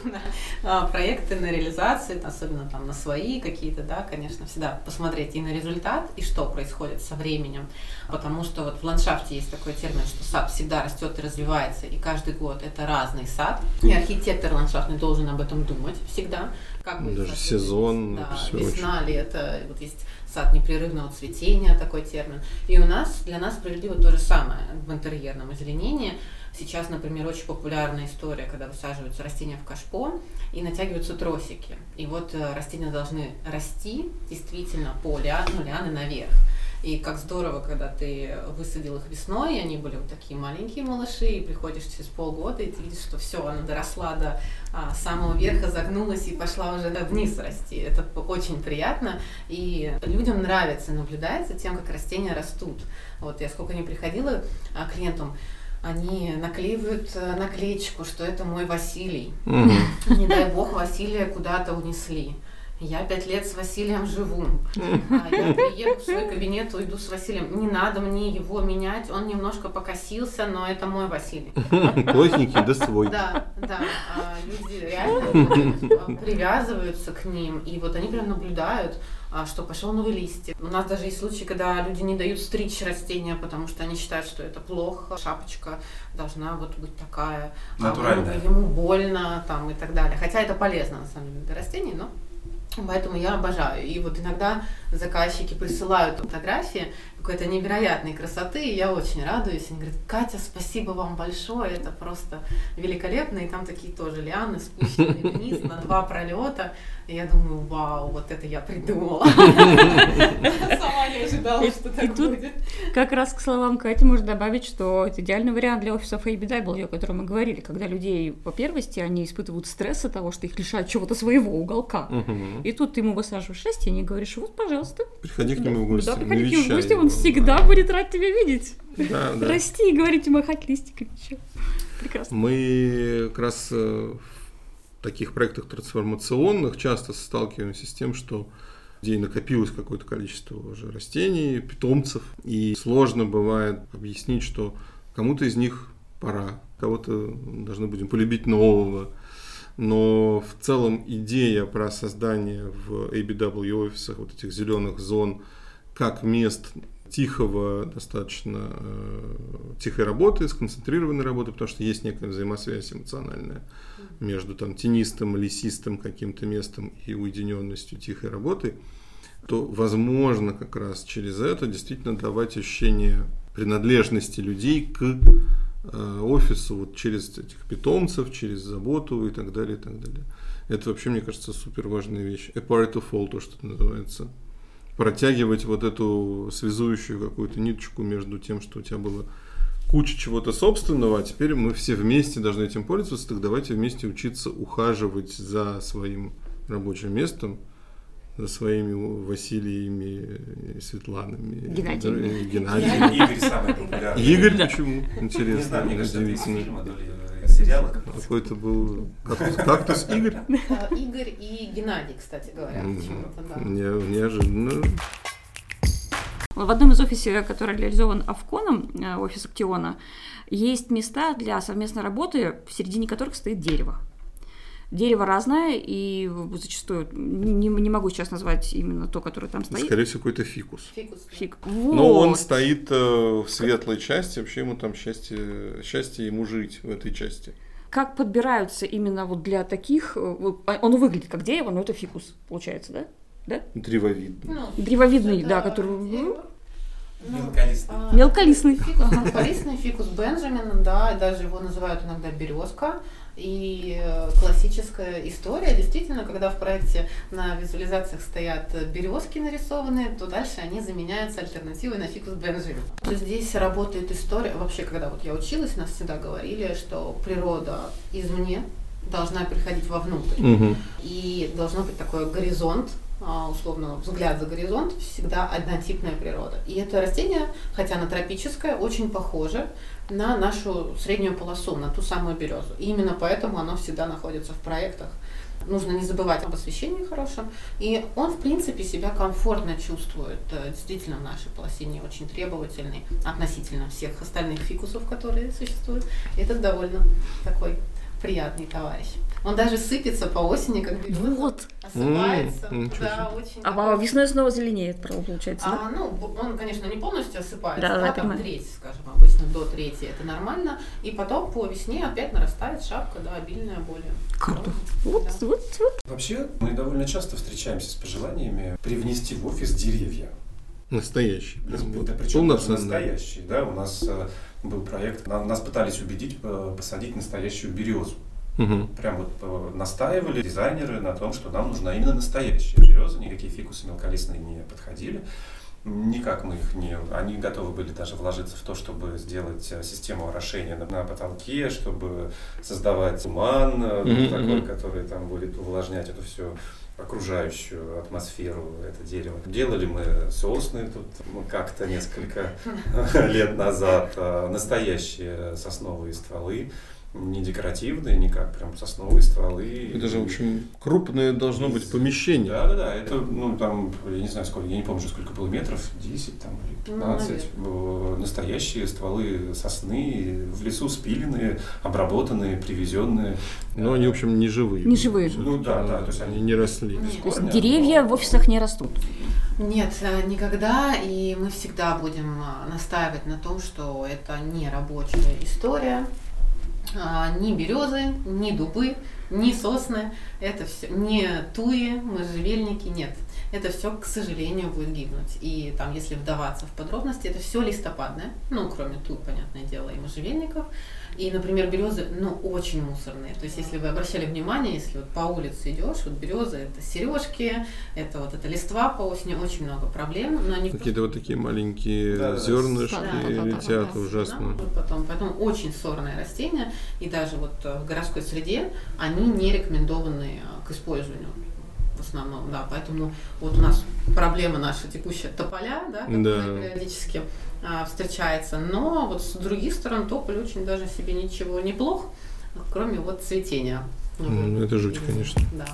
Speaker 3: на проекты, на реализации, особенно там на свои какие-то, да, конечно, всегда посмотреть и на результат, и что происходит со временем, потому что вот в ландшафте есть такой термин, что сад всегда растет и развивается, и каждый год это разный сад, и архитектор ландшафтный должен об этом думать всегда. Как бы
Speaker 5: даже сезон,
Speaker 3: да,
Speaker 5: все
Speaker 3: весна,
Speaker 5: очень...
Speaker 3: лето, вот есть сад непрерывного цветения, такой термин. И у нас, для нас справедливо то же самое в интерьерном озеленении. Сейчас, например, очень популярная история, когда высаживаются растения в кашпо и натягиваются тросики. И вот растения должны расти действительно по лиан, ну, лианы наверх. И как здорово, когда ты высадил их весной, и они были вот такие маленькие малыши, и приходишь через полгода, и ты видишь, что все, она доросла до а, самого верха, загнулась и пошла уже вниз расти. Это очень приятно, и людям нравится наблюдать за тем, как растения растут. Вот я сколько не приходила а, клиентам, они наклеивают наклеечку, что это мой Василий. Mm-hmm. Не дай бог, Василия куда-то унесли. Я пять лет с Василием живу. А я приеду в свой кабинет, уйду с Василием. Не надо мне его менять, он немножко покосился, но это мой Василий.
Speaker 5: Плотненький, да свой.
Speaker 3: Да, да. А люди реально привязываются к ним, и вот они прям наблюдают, что пошел новый листик. У нас даже есть случаи, когда люди не дают стричь растения, потому что они считают, что это плохо. Шапочка должна вот быть такая.
Speaker 4: Натуральная.
Speaker 3: А ему больно там, и так далее. Хотя это полезно, на самом деле, для растений, но поэтому я обожаю. И вот иногда заказчики присылают фотографии какой-то невероятной красоты, и я очень радуюсь. Они говорят: Катя, спасибо вам большое, это просто великолепно. И там такие тоже лианы спущенные вниз на два пролета. И я думаю: вау, вот это я придумала. Сама не ожидала, что так будет.
Speaker 2: Как раз к словам Кати можно добавить, что это идеальный вариант для офисов эй би дабл ю, о котором мы говорили, когда людей, по первости, они испытывают стресс от того, что их лишают чего-то своего уголка. И тут ты ему высаживаешь растение и говоришь: вот, пожалуйста.
Speaker 5: Приходи к нему в гости.
Speaker 2: Да, приходи к нему в гости, он всегда будет рад тебя видеть.
Speaker 5: Да, да.
Speaker 2: Расти и говорить, махать листиками. Прекрасно.
Speaker 5: Мы как раз в таких проектах трансформационных часто сталкиваемся с тем, что где накопилось какое-то количество уже растений, питомцев, и сложно бывает объяснить, что кому-то из них пора, кого-то должны будем полюбить нового. Но в целом идея про создание в эй би дабл ю офисах вот этих зеленых зон как мест тихого, достаточно э, тихой работы, сконцентрированной работы, потому что есть некая взаимосвязь эмоциональная между там, тенистым, лесистым каким-то местом и уединенностью тихой работы, то возможно как раз через это действительно давать ощущение принадлежности людей к э, офису, вот через этих питомцев, через заботу и так далее, и так далее. Это вообще, мне кажется, супер важная вещь. A part of all, то, что называется. Протягивать вот эту связующую какую-то ниточку между тем, что у тебя было куча чего-то собственного, а теперь мы все вместе должны этим пользоваться, так давайте вместе учиться ухаживать за своим рабочим местом, за своими Василиями, Светланами,
Speaker 2: Геннадиями.
Speaker 5: Геннадиями.
Speaker 4: Игорь самый популярный.
Speaker 5: Игорь почему? Интересно.
Speaker 4: Не знаю, мне кажется, это из
Speaker 5: удивительно.
Speaker 4: фильма, то ли из сериала.
Speaker 5: Какой-то был кактус, кактус Игорь.
Speaker 3: Игорь и Геннадий, кстати говоря, почему-то, да.
Speaker 5: Не- Неожиданно.
Speaker 2: В одном из офисов, который реализован Авконом, э, офис Актиона, есть места для совместной работы, в середине которых стоит дерево. Дерево разное, и зачастую, не, не могу сейчас назвать именно то, которое там стоит.
Speaker 5: Скорее всего, какой-то фикус.
Speaker 3: Фикус.
Speaker 2: Фиг.
Speaker 5: Но он
Speaker 2: Вот.
Speaker 5: стоит э, в светлой части, вообще ему там счастье, счастье ему жить в этой части.
Speaker 2: Как подбираются именно вот для таких... э, вот, а, он выглядит как дерево, но это фикус, получается, да? Да?
Speaker 5: Древовидный.
Speaker 3: Ну,
Speaker 2: Древовидный,
Speaker 3: это
Speaker 2: да, который...
Speaker 3: дерево. Ну,
Speaker 4: Мелколистный.
Speaker 3: а,
Speaker 2: Мелколистный.
Speaker 3: Фикус мелколистный, фикус Бенджамин, да, и даже его называют иногда березка. И э, классическая история, действительно, когда в проекте на визуализациях стоят березки нарисованные, то дальше они заменяются альтернативой на фикус Бенджамин. Здесь работает история, вообще, когда вот я училась, нас всегда говорили, что природа извне должна приходить вовнутрь.
Speaker 5: Угу.
Speaker 3: И должно быть такой горизонт, а, условно, взгляд за горизонт, всегда однотипная природа. И это растение, хотя оно тропическое, очень похоже на нашу среднюю полосу, на ту самую березу. И именно поэтому оно всегда находится в проектах. Нужно не забывать об освещении хорошем. И он, в принципе, себя комфортно чувствует. Действительно, в нашей полосе не очень требовательный относительно всех остальных фикусов, которые существуют. И это довольно такой приятный товарищ. Он даже сыпется по осени, как береза.
Speaker 2: Вот.
Speaker 3: Осыпается.
Speaker 5: М, ничего
Speaker 3: Да,
Speaker 5: себе.
Speaker 3: очень
Speaker 2: А
Speaker 3: такой-
Speaker 2: весной снова зеленеет, получается, да?
Speaker 3: А, ну, б- он, конечно, не полностью осыпается,
Speaker 2: Да,
Speaker 3: да,
Speaker 2: я
Speaker 3: там
Speaker 2: понимаю.
Speaker 3: треть, скажем, обычно до трети, это нормально, и потом по весне опять нарастает шапка, да, обильная более.
Speaker 2: Круто.
Speaker 3: Да.
Speaker 2: Вот, вот, вот.
Speaker 4: Вообще, мы довольно часто встречаемся с пожеланиями привнести в офис деревья.
Speaker 5: Настоящий.
Speaker 4: Да,
Speaker 5: прям вот
Speaker 4: да, причем даже
Speaker 5: полноценный.
Speaker 4: настоящие. Да? У нас э, был проект, на- нас пытались убедить э, посадить настоящую березу.
Speaker 5: Мгм.
Speaker 4: Прям вот э, настаивали дизайнеры на том, что нам нужна именно настоящая береза, никакие фикусы мелколистные не подходили. Никак мы их не... Они готовы были даже вложиться в то, чтобы сделать э, систему орошения на, на потолке, чтобы создавать туман э,
Speaker 5: Мгм,
Speaker 4: такой,
Speaker 5: мгм.
Speaker 4: который там будет увлажнять эту всю окружающую атмосферу, это дерево. Делали мы сосны тут ну, как-то несколько лет назад, э, настоящие сосновые стволы, не декоративные, никак, прям сосновые стволы.
Speaker 5: Это же, в общем, крупное должно быть помещение.
Speaker 4: Да, да, да. Это, ну, там, я не знаю, сколько, я не помню, сколько было метров, десять там, или пятнадцать.
Speaker 3: Ну,
Speaker 4: Настоящие стволы сосны, в лесу спиленные, обработанные, привезенные.
Speaker 5: Но они, в общем, не живые.
Speaker 2: Не живые.
Speaker 4: Ну да, да, то есть
Speaker 5: они
Speaker 4: они
Speaker 5: не росли.
Speaker 3: Нет.
Speaker 2: То есть
Speaker 4: корня,
Speaker 2: деревья
Speaker 4: но-
Speaker 2: в офисах не растут.
Speaker 3: Нет, э, никогда, и мы всегда будем э, настаивать на том, что это не рабочая история. А, ни березы, ни дубы, ни сосны, это все, не туи, можжевельники, нет. Это все, к сожалению, будет гибнуть. И там, если вдаваться в подробности, это все листопадное, ну, кроме туй, понятное дело, и можжевельников. И, например, березы, ну, очень мусорные. То есть, если вы обращали внимание, если вот по улице идешь, вот березы, это сережки, это вот эта листва по осени, очень много проблем, но они
Speaker 5: Какие-то вот такие маленькие
Speaker 4: Да, да, да.
Speaker 5: зернышки
Speaker 2: Да, да, да,
Speaker 5: летят
Speaker 3: да,
Speaker 5: ужасно.
Speaker 3: вот потом, поэтому очень сорные растения, и даже вот э, в городской среде они не рекомендованы э, к использованию. В основном, да, поэтому вот у нас проблема наша текущая тополя, да, которая
Speaker 5: Да.
Speaker 3: периодически а, встречается, но вот с других сторон тополь очень даже себе ничего не плох, кроме вот цветения.
Speaker 5: Ну, это жуть, конечно.
Speaker 3: Да.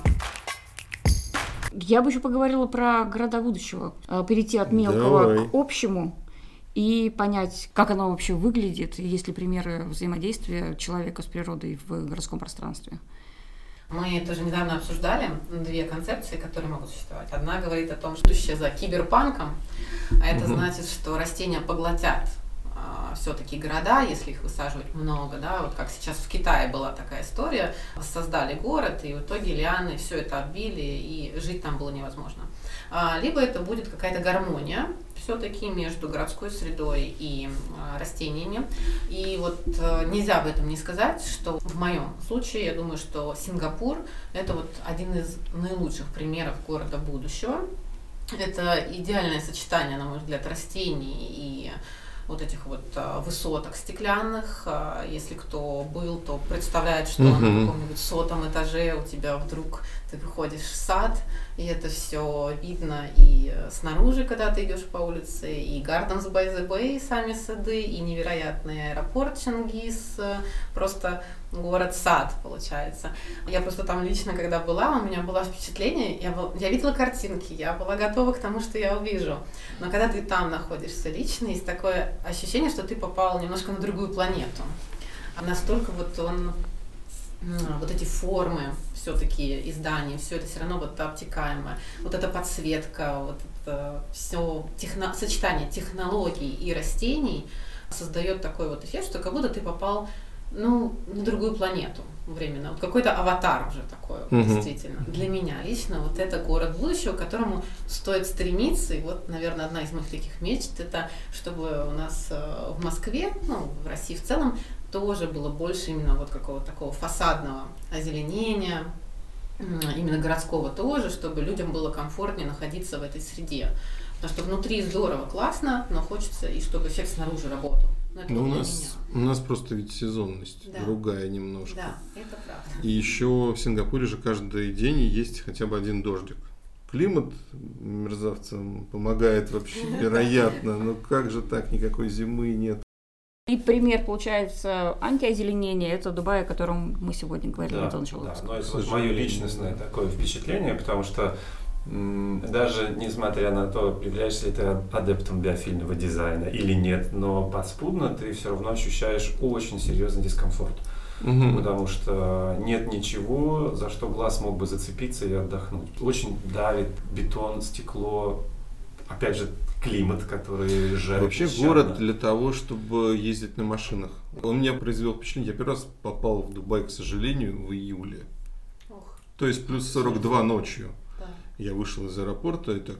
Speaker 2: Я бы еще поговорила про города будущего. Э, Перейти от мелкого
Speaker 5: Давай.
Speaker 2: к общему и понять, как оно вообще выглядит, и есть ли примеры взаимодействия человека с природой в городском пространстве.
Speaker 3: Мы тоже недавно обсуждали две концепции, которые могут существовать. Одна говорит о том, что будущее за киберпанком, а это угу. значит, что растения поглотят а, все-таки города, если их высаживать много, да, вот как сейчас в Китае была такая история, создали город, и в итоге лианы все это оббили, и жить там было невозможно. А, либо это будет какая-то гармония все-таки между городской средой и а, растениями. И вот а, нельзя об этом не сказать, что в моем случае, я думаю, что Сингапур – это вот один из наилучших примеров города будущего. Это идеальное сочетание, на мой взгляд, растений и вот этих вот а, высоток стеклянных. А, если кто был, то представляет, что uh-huh. на каком-нибудь сотом этаже у тебя вдруг ты выходишь в сад, и это все видно и снаружи, когда ты идешь по улице, и Gardens by the Bay, сами сады, и невероятный аэропорт Чингис, просто город-сад получается. Я просто там лично, когда была, у меня было впечатление, я, был, я видела картинки, я была готова к тому, что я увижу. Но когда ты там находишься лично, есть такое ощущение, что ты попал немножко на другую планету. А настолько вот он, вот эти формы, все-таки издания, все это все равно вот обтекаемое. Вот эта подсветка, вот это все техно, сочетание технологий и растений создает такой вот эффект, что как будто ты попал, ну, на другую планету временно. Вот какой-то аватар уже такой, uh-huh. действительно. Для меня лично вот это город будущего, к которому стоит стремиться. И вот, наверное, одна из моих таких мечт, это чтобы у нас в Москве, ну, в России в целом, тоже было больше именно вот какого-то такого фасадного озеленения, именно городского тоже, чтобы людям было комфортнее находиться в этой среде. Потому что внутри здорово, классно, но хочется и чтобы эффект снаружи работал.
Speaker 5: Ну, у нас, у нас просто ведь сезонность
Speaker 3: да.
Speaker 5: другая немножко.
Speaker 3: Да, это правда.
Speaker 5: И еще в Сингапуре же каждый день есть хотя бы один дождик. Климат мерзавцам помогает вообще невероятно. Ну как же так, никакой зимы нет.
Speaker 2: И пример, получается, антиозеленения, это Дубай, о котором мы сегодня говорили.
Speaker 4: Да,
Speaker 2: Антон Шелудовский.
Speaker 4: да, но это вот мое личностное такое впечатление, потому что м- даже несмотря на то, являешься ли ты адептом биофильного дизайна или нет, но подспудно ты все равно ощущаешь очень серьезный дискомфорт. Угу. Потому что нет ничего, за что глаз мог бы зацепиться и отдохнуть. Очень давит бетон, стекло, опять же, климат, который жарит.
Speaker 5: Вообще песчано. Город для того, чтобы ездить на машинах. Он меня произвел впечатление. Я первый раз попал в Дубай, к сожалению, в июле. Ох. То есть плюс сорок два ночью. Да. Я вышел из аэропорта и так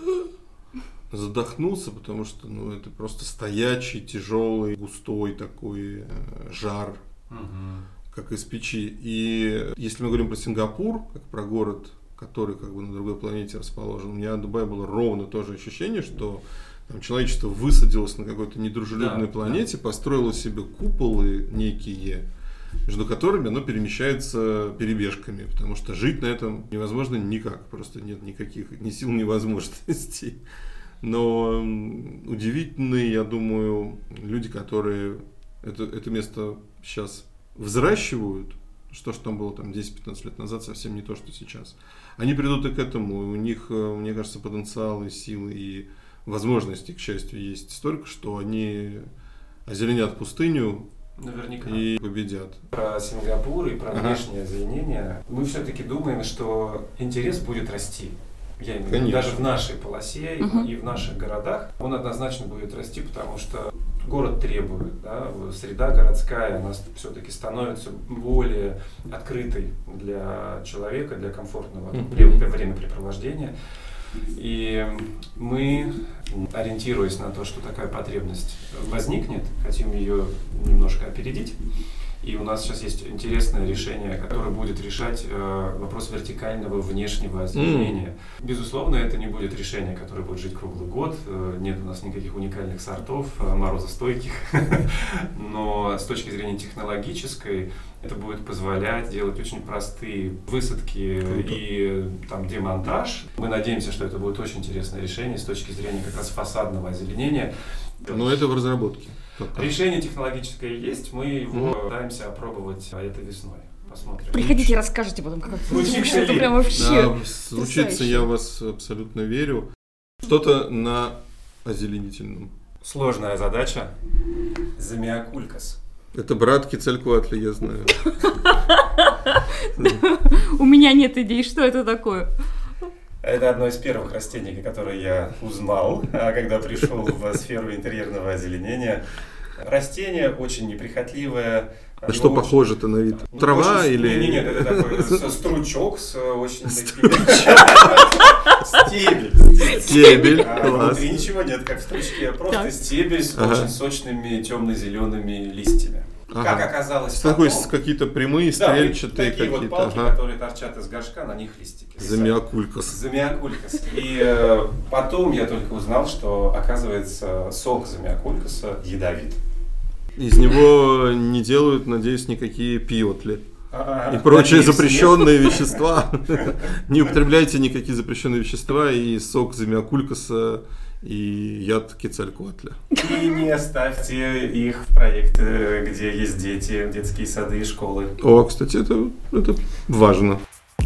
Speaker 5: задохнулся, потому что ну, это просто стоячий, тяжелый, густой такой э, жар, угу. как из печи. И если мы говорим про Сингапур, как про город, который как бы на другой планете расположен. У меня в Дубае было ровно то же ощущение, что там, человечество высадилось на какой-то недружелюбной да, планете, да. построило себе куполы некие, между которыми оно перемещается перебежками, потому что жить на этом невозможно никак, просто нет никаких ни сил, ни возможностей. Но удивительные, я думаю, люди, которые это, это место сейчас взращивают, что ж там было там десять-пятнадцать лет назад, совсем не то, что сейчас. Они придут и к этому, у них, мне кажется, потенциал и силы, и возможности, к счастью, есть столько, что они озеленят пустыню.
Speaker 4: Наверняка.
Speaker 5: И победят.
Speaker 4: Про Сингапур и про ага. внешнее озеленение мы все-таки думаем, что интерес будет расти. Я имею в виду, даже в нашей полосе угу. и в наших городах он однозначно будет расти, потому что город требует, да, среда городская, она все-таки становится более открытой для человека, для комфортного mm-hmm. времяпрепровождения. И мы, ориентируясь на то, что такая потребность возникнет, хотим ее немножко опередить. И у нас сейчас есть интересное решение, которое будет решать э, вопрос вертикального внешнего озеленения. Mm. Безусловно, это не будет решение, которое будет жить круглый год. Э, нет у нас никаких уникальных сортов, э, морозостойких. Но с точки зрения технологической, это будет позволять делать очень простые высадки и там, демонтаж. Мы надеемся, что это будет очень интересное решение с точки зрения как раз фасадного озеленения.
Speaker 5: Но это в разработке.
Speaker 4: Решение технологическое есть, мы его mm-hmm. пытаемся опробовать этой весной. Посмотрим.
Speaker 2: Приходите, расскажите потом, как это звучит. Это прям вообще
Speaker 5: да, звучится, я вас абсолютно верю. Что-то на озеленительном.
Speaker 4: Сложная задача. Замиокулькас.
Speaker 5: Это брат Кецалькоатля, я знаю.
Speaker 2: У меня нет идей, что это такое.
Speaker 4: Это одно из первых растений, которые я узнал, когда пришел в сферу интерьерного озеленения. Растение очень неприхотливое.
Speaker 5: На что
Speaker 4: очень...
Speaker 5: похоже-то на вид? Трава
Speaker 4: очень...
Speaker 5: или...
Speaker 4: Нет, нет, это такой стручок с очень такими... Стебель.
Speaker 5: Стебель,
Speaker 4: а,
Speaker 5: класс.
Speaker 4: Внутри ничего нет, как в стручке, просто
Speaker 2: так.
Speaker 4: стебель с
Speaker 5: ага.
Speaker 4: очень сочными темно-зелеными листьями.
Speaker 5: Ага.
Speaker 4: Как оказалось
Speaker 5: Такой
Speaker 4: потом...
Speaker 5: какие-то прямые,
Speaker 4: да,
Speaker 5: стрельчатые
Speaker 4: такие
Speaker 5: какие-то.
Speaker 4: вот палки,
Speaker 5: Ага.
Speaker 4: которые торчат из горшка, на них листики.
Speaker 5: Замиокулькас.
Speaker 4: Замиокулькас. И э, потом я только узнал, что, оказывается, сок замиокулькаса ядовит.
Speaker 5: Из него не делают, надеюсь, никакие пиотли.
Speaker 4: А,
Speaker 5: И прочие
Speaker 4: надеюсь,
Speaker 5: запрещенные вещества. Не употребляйте никакие запрещенные вещества и сок замиокулькаса и яд Кецалькоатля.
Speaker 4: И не ставьте их в проекты, где есть дети, детские сады и школы.
Speaker 5: О, кстати, это, это важно.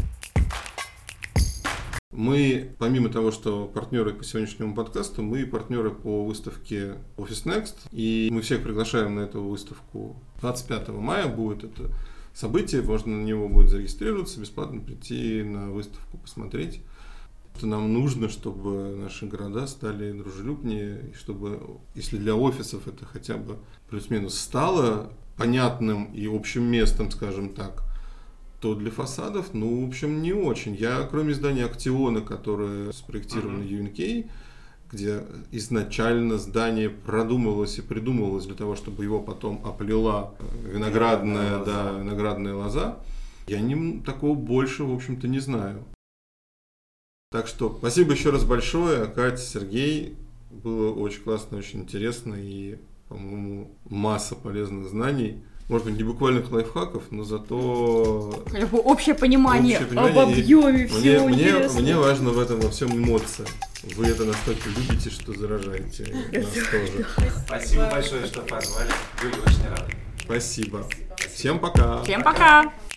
Speaker 5: Мы, помимо того, что партнеры по сегодняшнему подкасту, мы партнеры по выставке Office Next. И мы всех приглашаем на эту выставку. двадцать пятого мая будет это событие. Можно на него будет зарегистрироваться, бесплатно прийти на выставку, посмотреть. Это нам нужно, чтобы наши города стали дружелюбнее, и чтобы, если для офисов это хотя бы плюс-минус стало понятным и общим местом, скажем так, то для фасадов, ну, в общем, не очень. Я, кроме здания Актиона, которое спроектировано ю эн кей, где изначально здание продумывалось и придумывалось для того, чтобы его потом оплела виноградная,
Speaker 4: лоза.
Speaker 5: да, виноградная лоза, я не, такого больше, в общем-то, не знаю. Так что спасибо еще раз большое, Катя, Сергей. Было очень классно, очень интересно и, по-моему, масса полезных знаний. Может быть, не буквальных лайфхаков, но зато...
Speaker 2: Общее понимание,
Speaker 5: общее понимание.
Speaker 2: об объеме всего
Speaker 5: мне,
Speaker 2: интересного.
Speaker 5: мне, мне важно в этом во всем эмоция. Вы это настолько любите, что заражаете нас тоже.
Speaker 4: Спасибо большое, что позвали. Были очень рады.
Speaker 5: Спасибо. Всем пока.
Speaker 2: Всем пока!